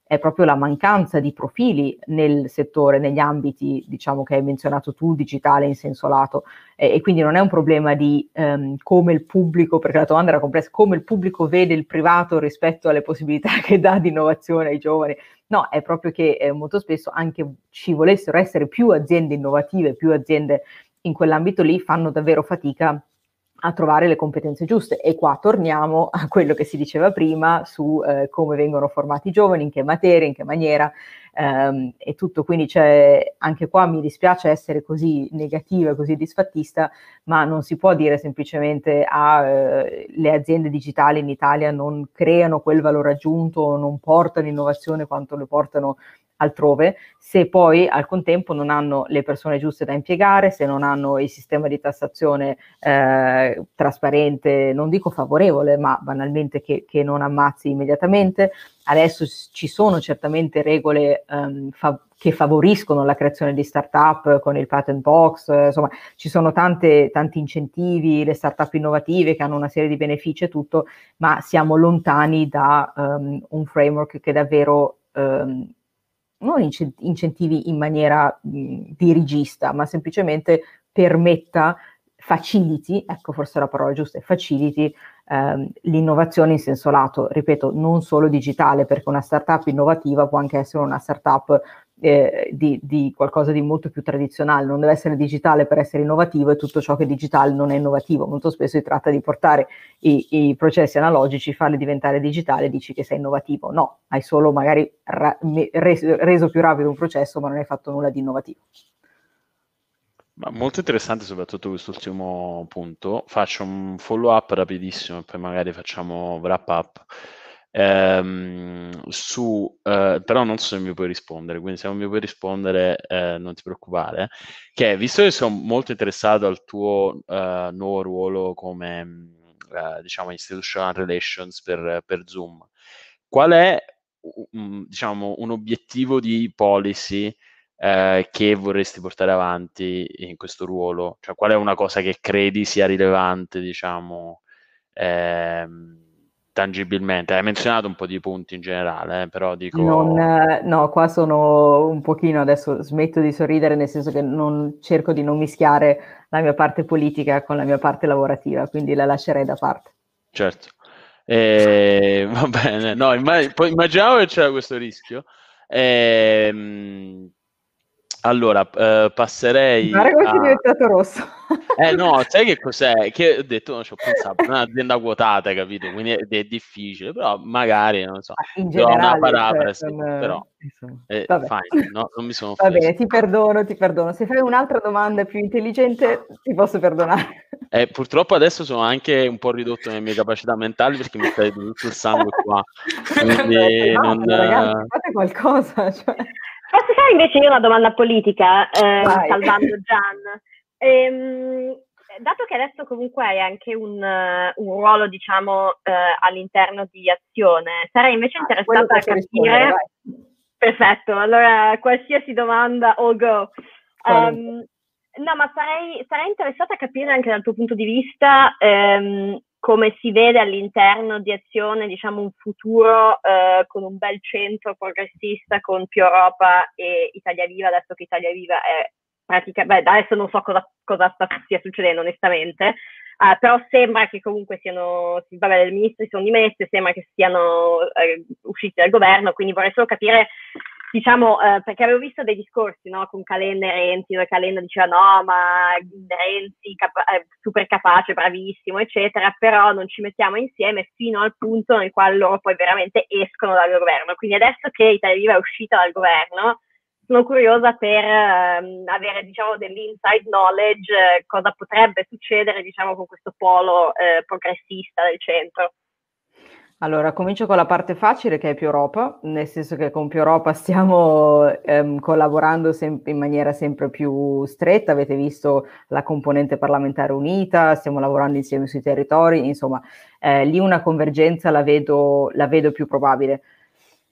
è proprio la mancanza di profili nel settore, negli ambiti, diciamo, che hai menzionato tu, digitale in senso lato, e quindi non è un problema di come il pubblico, perché la domanda era complessa, come il pubblico vede il privato rispetto alle possibilità che dà di innovazione ai giovani. No, è proprio che molto spesso anche ci volessero essere più aziende innovative, più aziende in quell'ambito lì, fanno davvero fatica a trovare le competenze giuste. E qua torniamo a quello che si diceva prima su come vengono formati i giovani, in che materia, in che maniera, e tutto. Quindi anche qua mi dispiace essere così negativa, così disfattista, ma non si può dire semplicemente le aziende digitali in Italia non creano quel valore aggiunto, non portano innovazione quanto le portano altrove, se poi al contempo non hanno le persone giuste da impiegare, se non hanno il sistema di tassazione trasparente, non dico favorevole, ma banalmente che non ammazzi immediatamente. Adesso ci sono certamente regole che favoriscono la creazione di start-up con il patent box, insomma ci sono tanti incentivi, le start-up innovative che hanno una serie di benefici e tutto, ma siamo lontani da un framework che davvero non incentivi in maniera dirigista, ma semplicemente faciliti, ecco forse la parola giusta è faciliti, l'innovazione in senso lato, ripeto, non solo digitale, perché una startup innovativa può anche essere una startup di qualcosa di molto più tradizionale, non deve essere digitale per essere innovativo, e tutto ciò che è digitale non è innovativo. Molto spesso si tratta di portare i processi analogici, farli diventare digitali, e dici che sei innovativo. No, hai solo magari reso più rapido un processo, ma non hai fatto nulla di innovativo. Ma molto interessante soprattutto quest'ultimo punto. Faccio un follow up rapidissimo e poi magari facciamo wrap up. Però non so se mi puoi rispondere, quindi se non mi puoi rispondere non ti preoccupare, che visto che sono molto interessato al tuo nuovo ruolo come diciamo institutional relations per Zoom, qual è diciamo un obiettivo di policy che vorresti portare avanti in questo ruolo? Cioè, qual è una cosa che credi sia rilevante, diciamo, tangibilmente? Hai menzionato un po' di punti in generale, però dico... No, qua sono un pochino, adesso smetto di sorridere, nel senso che cerco di non mischiare la mia parte politica con la mia parte lavorativa, quindi la lascerei da parte. Certo. Va bene, no, poi immaginavo che c'era questo rischio. Allora, passerei. Guarda come sei diventato rosso. No, sai che cos'è? Che ho detto, no, ci ho pensato, è un'azienda quotata, capito? Quindi è difficile, però magari, non so, in generale, una parafrasi, però fine, no, non mi sono offeso. Va bene, ti perdono. Se fai un'altra domanda più intelligente, ti posso perdonare. Purtroppo adesso sono anche un po' ridotto nelle mie capacità mentali, perché mi stai tutto il sangue qua. Quindi ragazzi, fate qualcosa. Cioè. Posso fare invece io una domanda politica, salvando Gian? Dato che adesso comunque hai anche un ruolo, diciamo, all'interno di Azione, sarei invece interessata a capire... Perfetto, allora qualsiasi domanda, all go. No, ma sarei interessata a capire anche dal tuo punto di vista come si vede all'interno di Azione, diciamo, un futuro con un bel centro progressista, con più Europa e Italia Viva, adesso che Italia Viva è praticamente... adesso non so cosa stia succedendo onestamente, però sembra che comunque i ministri sono dimessi, sembra che siano usciti dal governo, quindi vorrei solo capire, diciamo, perché avevo visto dei discorsi, no, con Calenda e Renzi, dove Calenda diceva no, ma Renzi è super capace, bravissimo, eccetera, però non ci mettiamo insieme fino al punto nel quale loro poi veramente escono dal governo. Quindi adesso che Italia Viva è uscita dal governo, sono curiosa per avere, diciamo, dell'inside knowledge, cosa potrebbe succedere, diciamo, con questo polo progressista del centro. Allora, comincio con la parte facile, che è Più Europa, nel senso che con Più Europa stiamo collaborando in maniera sempre più stretta. Avete visto la componente parlamentare unita, stiamo lavorando insieme sui territori, insomma, lì una convergenza la vedo più probabile.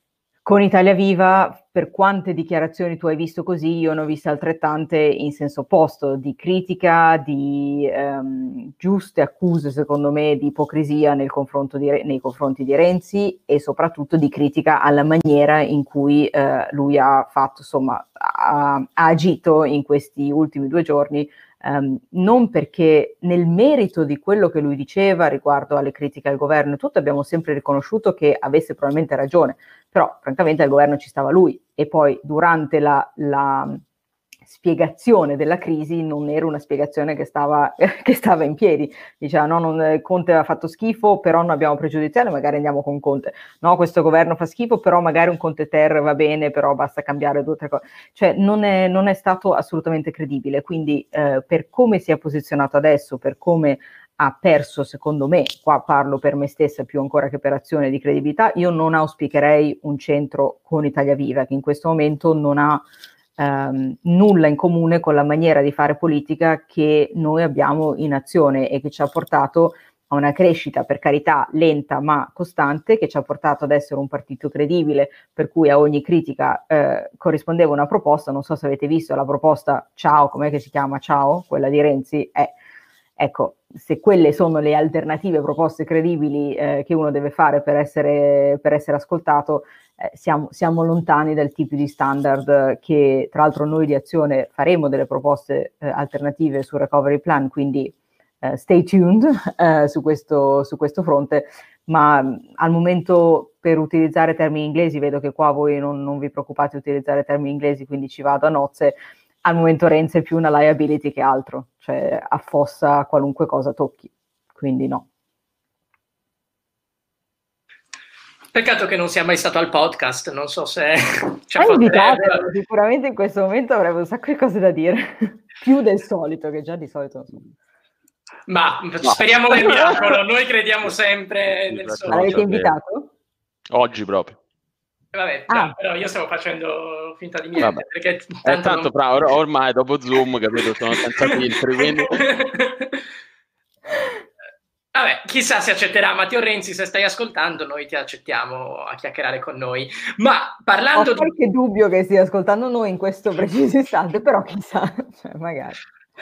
Con Italia Viva, per quante dichiarazioni tu hai visto così, io ne ho viste altrettante in senso opposto, di critica, di giuste accuse, secondo me, di ipocrisia nei confronti di Renzi, e soprattutto di critica alla maniera in cui lui ha fatto, insomma, ha agito in questi ultimi 2 giorni. Non perché nel merito di quello che lui diceva riguardo alle critiche al governo e tutto, abbiamo sempre riconosciuto che avesse probabilmente ragione, però francamente al governo ci stava lui, e poi durante la spiegazione della crisi non era una spiegazione che stava in piedi, diceva no, Conte ha fatto schifo, però non abbiamo pregiudiziale, magari andiamo con Conte, no, questo governo fa schifo, però magari un Conte ter va bene, però basta cambiare 2 o 3 cose, cioè non è stato assolutamente credibile, quindi per come si è posizionato adesso, per come ha perso, secondo me, qua parlo per me stessa più ancora che per Azione, di credibilità, io non auspicherei un centro con Italia Viva, che in questo momento non ha nulla in comune con la maniera di fare politica che noi abbiamo in Azione e che ci ha portato a una crescita, per carità, lenta ma costante, che ci ha portato ad essere un partito credibile, per cui a ogni critica corrispondeva una proposta. Non so se avete visto la proposta Ciao, com'è che si chiama? Ciao, quella di Renzi, ecco, se quelle sono le alternative proposte credibili che uno deve fare per essere ascoltato, siamo lontani dal tipo di standard che, tra l'altro, noi di Azione faremo delle proposte alternative sul recovery plan, quindi stay tuned su questo fronte, ma al momento, per utilizzare termini inglesi, vedo che qua voi non vi preoccupate di utilizzare termini inglesi, quindi ci vado a nozze. Al momento Renzi è più una liability che altro, cioè affossa qualunque cosa tocchi, quindi no. Peccato che non sia mai stato al podcast, non so se ci invitatelo, sicuramente in questo momento avrebbe un sacco di cose da dire, più del solito, che già di solito non so. Ma speriamo nel miracolo, noi crediamo sempre nel sole. L'avete invitato? Oggi proprio. Vabbè, però io stavo facendo finta di niente. Perché tanto ormai dopo Zoom, capito, sono senza filtri, quindi... Vabbè, chissà se accetterà Matteo Renzi. Se stai ascoltando, noi ti accettiamo a chiacchierare con noi. Ma parlando... Ho qualche dubbio che stia ascoltando noi in questo preciso istante, però chissà, cioè, magari.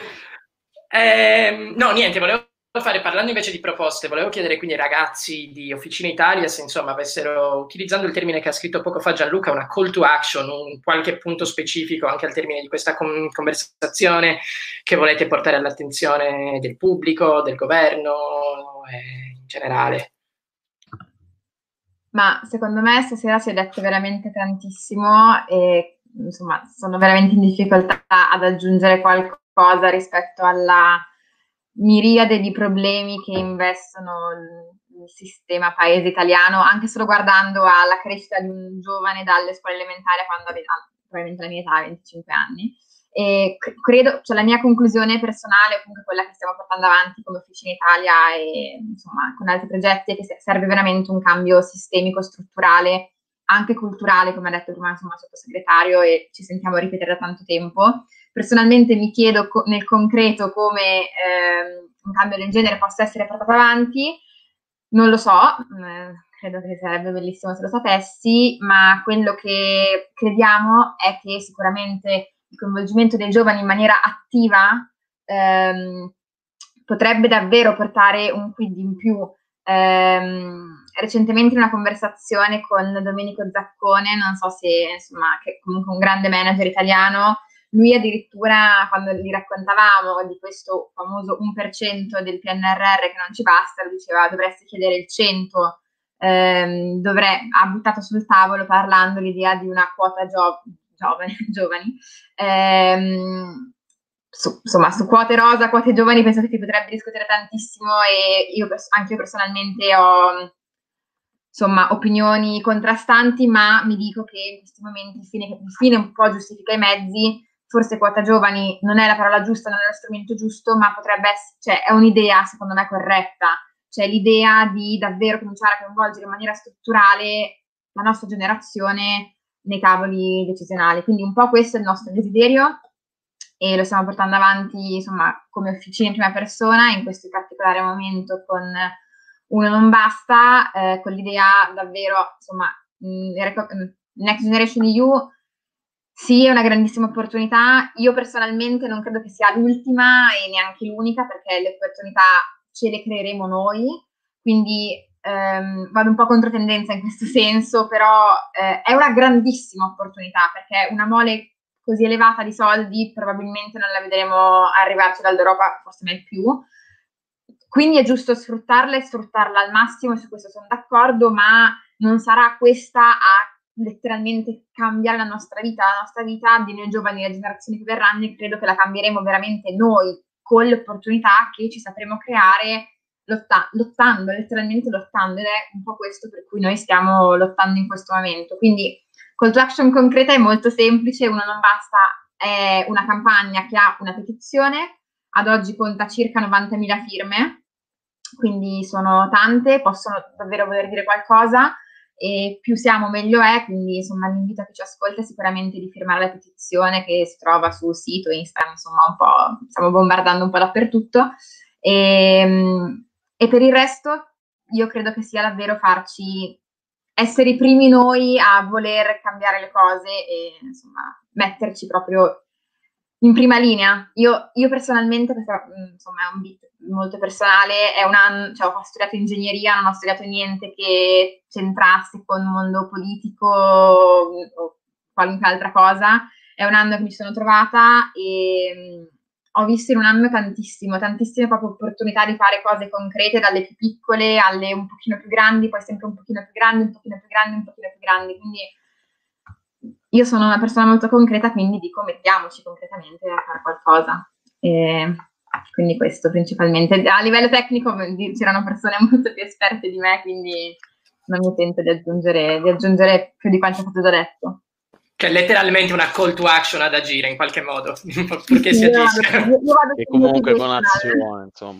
No, niente, volevo parlando invece di proposte, volevo chiedere quindi ai ragazzi di Officina Italia se, insomma, avessero, utilizzando il termine che ha scritto poco fa Gianluca, una call to action, un qualche punto specifico anche al termine di questa conversazione che volete portare all'attenzione del pubblico, del governo e in generale. Ma secondo me stasera si è detto veramente tantissimo e, insomma, sono veramente in difficoltà ad aggiungere qualcosa rispetto alla miriade di problemi che investono il sistema paese italiano, anche solo guardando alla crescita di un giovane dalle scuole elementari quando aveva probabilmente la mia età, 25 anni. E credo, cioè la mia conclusione personale, comunque quella che stiamo portando avanti come Officina Italia e, insomma, con altri progetti, è che serve veramente un cambio sistemico, strutturale, anche culturale, come ha detto prima, insomma, il sottosegretario, e ci sentiamo ripetere da tanto tempo. Personalmente mi chiedo nel concreto come un cambio del genere possa essere portato avanti, non lo so, credo che sarebbe bellissimo se lo sapessi, ma quello che crediamo è che sicuramente il coinvolgimento dei giovani in maniera attiva potrebbe davvero portare un quid in più. Recentemente in una conversazione con Domenico Zaccone, non so se, insomma, che è comunque un grande manager italiano, lui addirittura, quando gli raccontavamo di questo famoso 1% del PNRR che non ci basta, lui diceva dovresti chiedere il 100%, ha buttato sul tavolo parlando l'idea di una quota giovani. Insomma, su quote rosa, quote giovani, penso che si potrebbe discutere tantissimo e anche io personalmente ho, insomma, opinioni contrastanti, ma mi dico che in questi momenti il fine un po' giustifica i mezzi. Forse quota giovani non è la parola giusta, non è lo strumento giusto, ma potrebbe essere, cioè, è un'idea secondo me corretta, cioè l'idea di davvero cominciare a coinvolgere in maniera strutturale la nostra generazione nei tavoli decisionali. Quindi un po' questo è il nostro desiderio e lo stiamo portando avanti, insomma, come Officina in prima persona, in questo particolare momento con Uno non basta, con l'idea davvero, insomma, Next Generation EU sì, è una grandissima opportunità. Io personalmente non credo che sia l'ultima e neanche l'unica, perché le opportunità ce le creeremo noi, quindi vado un po' contro tendenza in questo senso, però è una grandissima opportunità, perché una mole così elevata di soldi probabilmente non la vedremo arrivarci dall'Europa, forse mai più. Quindi è giusto sfruttarla e sfruttarla al massimo, e su questo sono d'accordo, ma non sarà questa a letteralmente cambiare la nostra vita di noi giovani, le generazioni che verranno, e credo che la cambieremo veramente noi con le opportunità che ci sapremo creare lottando, letteralmente lottando, ed è un po' questo per cui noi stiamo lottando in questo momento. Quindi call to action concreta è molto semplice, uno non basta, è una campagna che ha una petizione, ad oggi conta circa 90.000 firme, quindi sono tante, possono davvero voler dire qualcosa, e più siamo meglio è, quindi insomma l'invito a chi ci ascolta è sicuramente di firmare la petizione che si trova sul sito, Instagram, insomma un po', stiamo bombardando un po' dappertutto, e per il resto io credo che sia davvero essere i primi noi a voler cambiare le cose e insomma metterci proprio in prima linea. Io personalmente, questo insomma è un bit molto personale, è un anno, cioè ho studiato ingegneria, non ho studiato niente che c'entrasse con il mondo politico o qualunque altra cosa, è un anno che mi sono trovata e ho visto in un anno tantissime proprio opportunità di fare cose concrete, dalle più piccole alle un pochino più grandi, poi sempre un pochino più grandi, un pochino più grandi, un pochino più grandi, quindi io sono una persona molto concreta, quindi dico mettiamoci concretamente a fare qualcosa. E quindi questo principalmente. A livello tecnico c'erano persone molto più esperte di me, quindi non mi sento di aggiungere più di quanto è stato già detto. Cioè letteralmente una call to action ad agire in qualche modo, purché si agisca. E comunque con azione, insomma.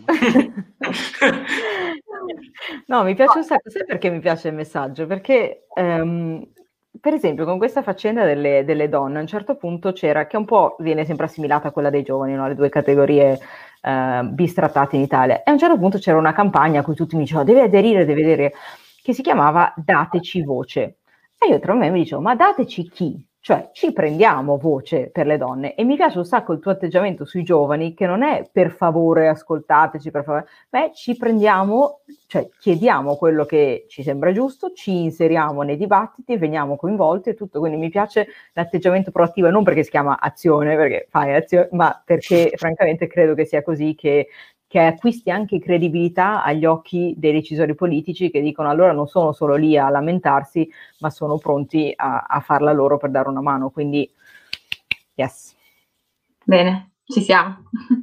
No, mi piace un sacco. Sai perché mi piace il messaggio? Perché per esempio, con questa faccenda delle donne, a un certo punto c'era, che un po' viene sempre assimilata a quella dei giovani, no? Le due categorie bistrattate in Italia, e a un certo punto c'era una campagna a cui tutti mi dicevano devi aderire, che si chiamava Dateci Voce. E io tra me mi dicevo, ma dateci chi? Cioè, ci prendiamo voce per le donne. E mi piace un sacco il tuo atteggiamento sui giovani, che non è per favore ascoltateci, per favore, ma ci prendiamo, cioè chiediamo quello che ci sembra giusto, ci inseriamo nei dibattiti, veniamo coinvolti e tutto. Quindi mi piace l'atteggiamento proattivo, non perché si chiama azione, perché fai azione, ma perché francamente credo che sia così che acquisti anche credibilità agli occhi dei decisori politici, che dicono allora non sono solo lì a lamentarsi, ma sono pronti a farla loro per dare una mano. Quindi, yes. Bene, ci siamo.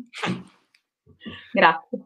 Grazie.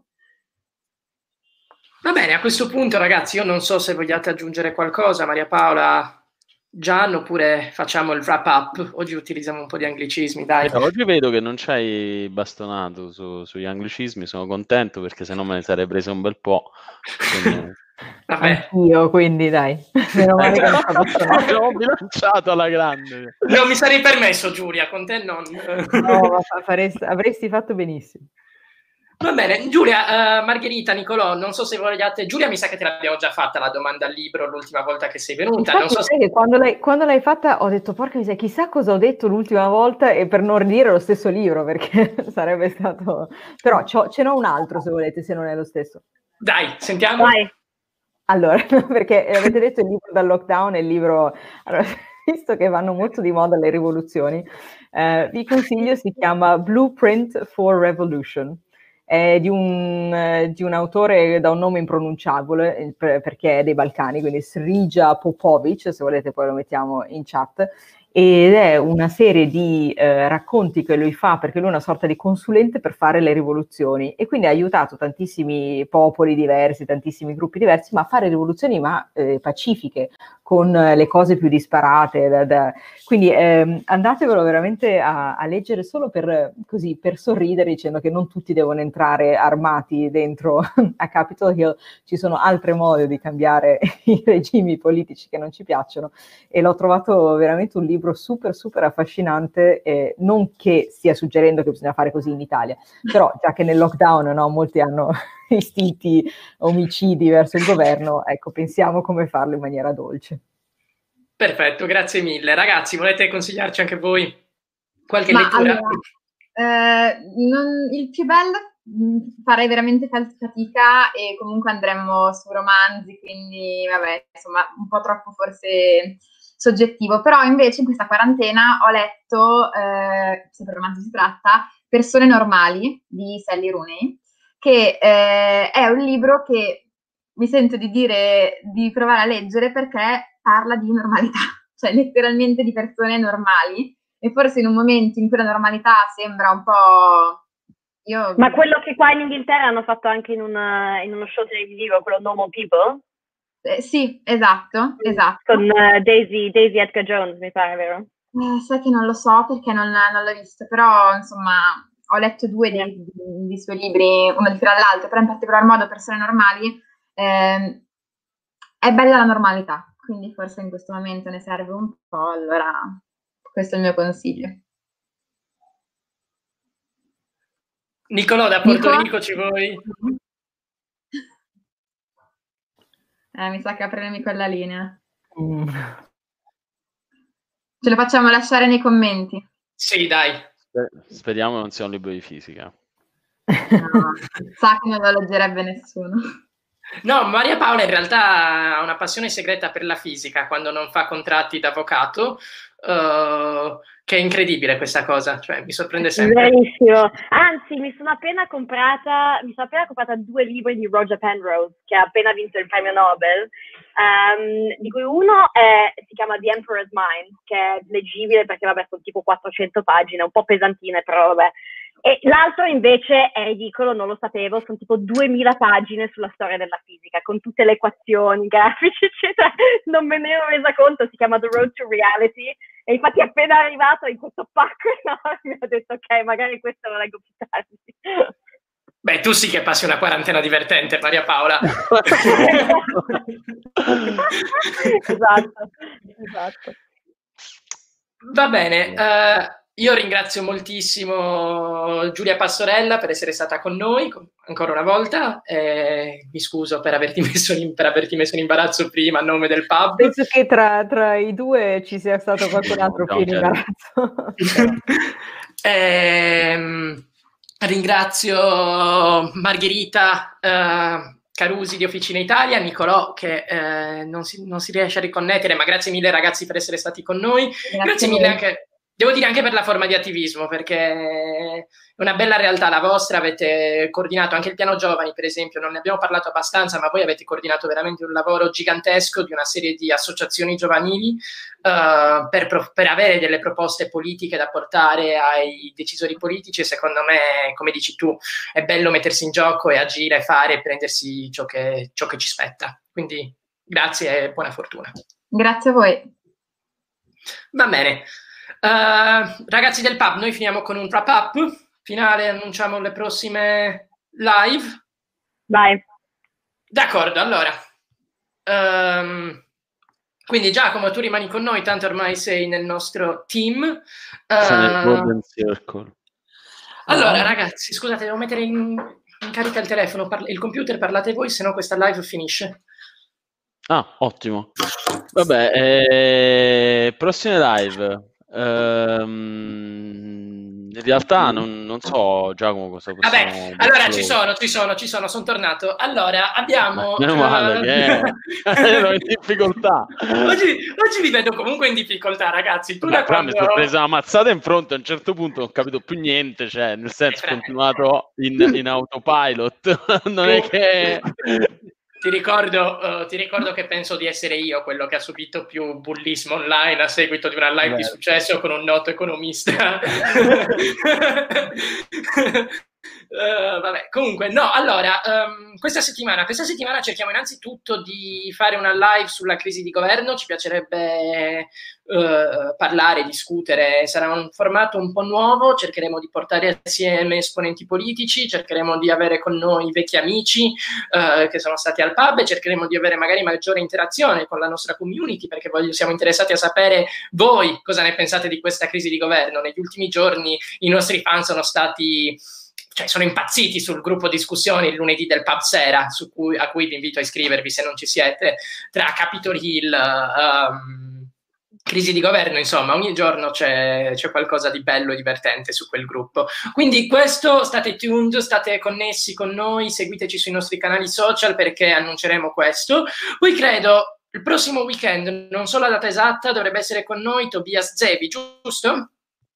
Va bene, a questo punto ragazzi, io non so se vogliate aggiungere qualcosa, Maria Paola, Gian, oppure facciamo il wrap up. Oggi utilizziamo un po' di anglicismi, dai. Oggi vedo che non ci hai bastonato sugli anglicismi, sono contento perché sennò me ne sarei preso un bel po'. Quindi... Vabbè. Anch'io, quindi dai. Meno male che ho bilanciato alla grande. Non mi sarei permesso, Giulia, con te non. No, ma avresti fatto benissimo. Va bene, Giulia, Margherita, Nicolò, non so se vogliate. Giulia, mi sa che te l'abbiamo già fatta la domanda al libro l'ultima volta che sei venuta. Infatti, non so sai che quando l'hai fatta ho detto porca miseria, chissà cosa ho detto l'ultima volta, e per non ridire lo stesso libro, perché sarebbe stato... Però ce n'ho un altro se volete, se non è lo stesso. Dai, sentiamo. Vai. Allora, perché avete detto il libro dal lockdown e il libro... Allora, visto che vanno molto di moda le rivoluzioni, vi consiglio, si chiama Blueprint for Revolution. È di un autore da un nome impronunciabile, perché è dei Balcani, quindi Srđa Popović, se volete poi lo mettiamo in chat, ed è una serie di racconti che lui fa, perché lui è una sorta di consulente per fare le rivoluzioni, e quindi ha aiutato tantissimi popoli diversi, tantissimi gruppi diversi, ma a fare rivoluzioni pacifiche, con le cose più disparate. Quindi andatevelo veramente a leggere solo per sorridere, dicendo che non tutti devono entrare armati dentro a Capitol Hill, ci sono altre modi di cambiare i regimi politici che non ci piacciono, e l'ho trovato veramente un libro super super affascinante, non che stia suggerendo che bisogna fare così in Italia, però già che nel lockdown molti hanno istinti omicidi verso il governo, ecco, pensiamo come farlo in maniera dolce. Perfetto, grazie mille. Ragazzi, volete consigliarci anche voi qualche lettura? Allora, il più bello, farei veramente fatica e comunque andremmo su romanzi, quindi vabbè, insomma, un po' troppo forse soggettivo, però invece in questa quarantena ho letto, sempre romanzo si tratta, Persone normali di Sally Rooney, che è un libro che mi sento di provare a leggere perché parla di normalità, cioè letteralmente di persone normali, e forse in un momento in cui la normalità sembra un po'... Ma quello che qua in Inghilterra hanno fatto anche in uno show televisivo, quello Normal People? Sì, esatto. Con Daisy Edgar Jones, mi pare, vero? Sai che non lo so perché non l'ho visto, però insomma ho letto due dei suoi libri, uno di fila all'altro, però in particolar modo Persone normali. È bella la normalità, quindi forse in questo momento ne serve un po', allora questo è il mio consiglio. Nicolò da Porto Rico, ci vuoi? Mi sa che aprirmi quella linea. Ce lo facciamo lasciare nei commenti. Sì, dai. Speriamo non sia un libro di fisica. No, sa che non lo leggerebbe nessuno. No, Maria Paola in realtà ha una passione segreta per la fisica quando non fa contratti d'avvocato, che è incredibile questa cosa, cioè mi sorprende sempre. Verissimo, anzi mi sono appena comprata 2 libri di Roger Penrose, che ha appena vinto il premio Nobel, di cui uno si chiama The Emperor's Mind, che è leggibile perché vabbè sono tipo 400 pagine, un po' pesantine, però vabbè. E l'altro invece è ridicolo, non lo sapevo, sono tipo 2000 pagine sulla storia della fisica, con tutte le equazioni, grafici, eccetera. Non me ne ero resa conto, si chiama The Road to Reality, e infatti appena arrivato in questo pacco enorme ho detto ok, magari questo lo leggo più tardi. Beh, tu sì che passi una quarantena divertente, Maria Paola. Esatto. Va bene, io ringrazio moltissimo Giulia Pastorella per essere stata con noi ancora una volta. Mi scuso per averti messo in imbarazzo prima a nome del pub. Penso che tra i due ci sia stato qualcun altro più in imbarazzo. Ringrazio Margherita Carusi di Officina Italia, Nicolò che non si riesce a riconnettere, ma grazie mille ragazzi per essere stati con noi. Grazie mille anche, devo dire, anche per la forma di attivismo, perché è una bella realtà la vostra. Avete coordinato anche il piano giovani, per esempio, non ne abbiamo parlato abbastanza, ma voi avete coordinato veramente un lavoro gigantesco di una serie di associazioni giovanili per avere delle proposte politiche da portare ai decisori politici, e secondo me, come dici tu, è bello mettersi in gioco e agire, fare e prendersi ciò che ci spetta. Quindi grazie e buona fortuna. Grazie a voi. Va bene. Ragazzi del pub, noi finiamo con un wrap up finale, annunciamo le prossime live. Vai. D'accordo, allora. Quindi Giacomo, tu rimani con noi, tanto ormai sei nel nostro team. Nel Golden Circle. Allora, ragazzi, scusate, devo mettere in carica il telefono, il computer, parlate voi, sennò questa live finisce. Ah, ottimo. Vabbè, prossime live. In realtà non so, Giacomo, cosa possiamo... Vabbè, allora ci sono, sono tornato. Allora, abbiamo... Meno male che ero in difficoltà. Oggi vi vedo comunque in difficoltà, ragazzi. Mi sono presa una mazzata in fronte, a un certo punto non ho capito più niente, cioè, nel senso, ho continuato in autopilot. Non è che... Ti ricordo che penso di essere io quello che ha subito più bullismo online a seguito di una live di successo con un noto economista. Vabbè, comunque, no, allora, questa settimana cerchiamo innanzitutto di fare una live sulla crisi di governo. Ci piacerebbe parlare, discutere. Sarà un formato un po' nuovo, cercheremo di portare assieme esponenti politici, cercheremo di avere con noi vecchi amici che sono stati al pub, e cercheremo di avere magari maggiore interazione con la nostra community, perché siamo interessati a sapere voi cosa ne pensate di questa crisi di governo. Negli ultimi giorni i nostri fan sono impazziti sul gruppo discussioni il lunedì del pub sera, a cui vi invito a iscrivervi se non ci siete, tra Capitol Hill, crisi di governo, insomma, ogni giorno c'è qualcosa di bello e divertente su quel gruppo. Quindi questo, state tuned, state connessi con noi, seguiteci sui nostri canali social perché annunceremo questo. Poi credo, il prossimo weekend, non so la data esatta, dovrebbe essere con noi Tobias Zevi, giusto?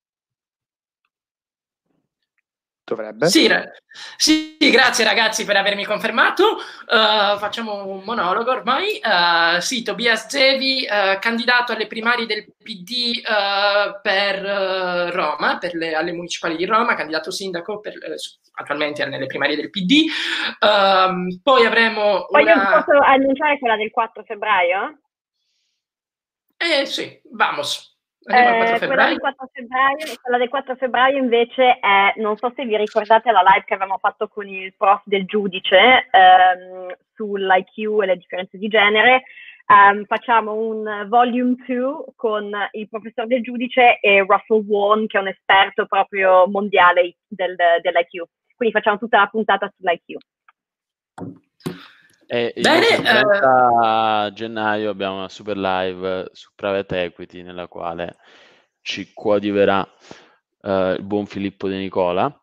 Dovrebbe. Sì, grazie ragazzi per avermi confermato. Facciamo un monologo ormai. Sì, Tobias Zevi, candidato alle primarie del PD per Roma, alle municipali di Roma, candidato sindaco attualmente nelle primarie del PD. Poi avremo posso annunciare quella del 4 febbraio? Sì, vamos. Quella del 4 febbraio invece è, non so se vi ricordate la live che avevamo fatto con il prof del giudice sull'IQ e le differenze di genere. Facciamo un volume 2 con il professor del giudice e Russell Vaughan, che è un esperto proprio mondiale dell'IQ. Quindi facciamo tutta la puntata sull'IQ. E il 30 gennaio abbiamo una super live su Private Equity nella quale ci coadiuverà il buon Filippo De Nicola.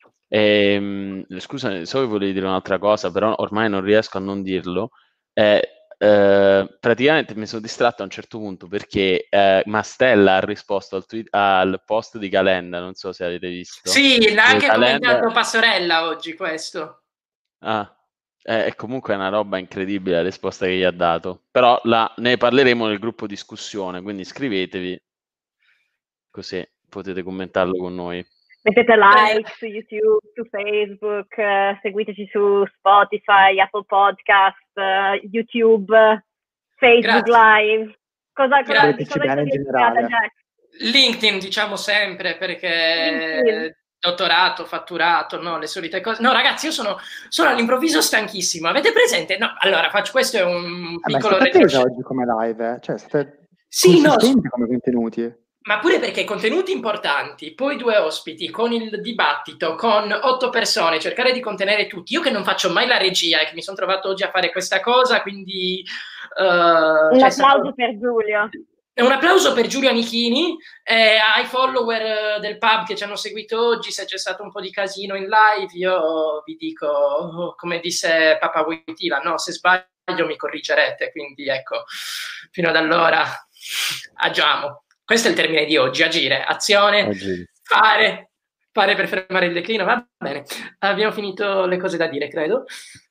Scusa, so che volevi dire un'altra cosa, però ormai non riesco a non dirlo. Praticamente mi sono distratto a un certo punto perché Mastella ha risposto al post di Calenda, non so se avete visto. Sì, l'ha anche commentato Passorella oggi questo. Comunque è una roba incredibile la risposta che gli ha dato, però ne parleremo nel gruppo discussione, quindi iscrivetevi così potete commentarlo con noi. Mettete like su YouTube, su Facebook, seguiteci su Spotify, Apple Podcast, YouTube, Facebook Live. Cosa bene in generale. LinkedIn diciamo sempre perché dottorato, fatturato, no, le solite cose. No, ragazzi, io sono all'improvviso stanchissimo. Avete presente? No, allora questo è un piccolo retroscena oggi come live, cioè state consistenti come contenuti. Ma pure perché contenuti importanti, poi 2 ospiti, con il dibattito, con 8 persone, cercare di contenere tutti. Io che non faccio mai la regia e che mi sono trovato oggi a fare questa cosa, quindi... un applauso per Giulio. Un applauso per Giulio Amichini e ai follower del pub che ci hanno seguito oggi. Se c'è stato un po' di casino in live, io vi dico, come disse Papa Wojtyla, no, se sbaglio mi corrigerete, quindi ecco, fino ad allora agiamo. Questo è il termine di oggi, agire, azione, fare per fermare il declino, va bene. Abbiamo finito le cose da dire, credo.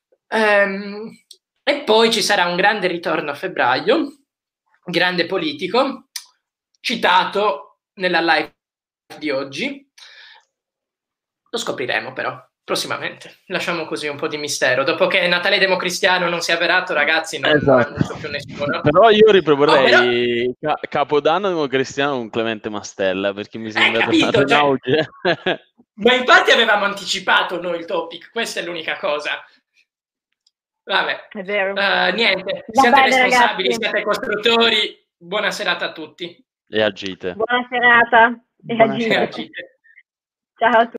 E poi ci sarà un grande ritorno a febbraio, grande politico, citato nella live di oggi. Lo scopriremo però prossimamente. Lasciamo così un po' di mistero. Dopo che Natale Democristiano non si è avverato, ragazzi, non c'è più nessuno. Però io riproporrei Capodanno Democristiano con Clemente Mastella, perché mi sembra tornato in auge. Ma infatti avevamo anticipato noi il topic, questa è l'unica cosa. Vabbè, è vero. Niente, siate responsabili, siate costruttori. Buona serata a tutti. E agite. Buona serata. E agite. Agite. Ciao a tutti.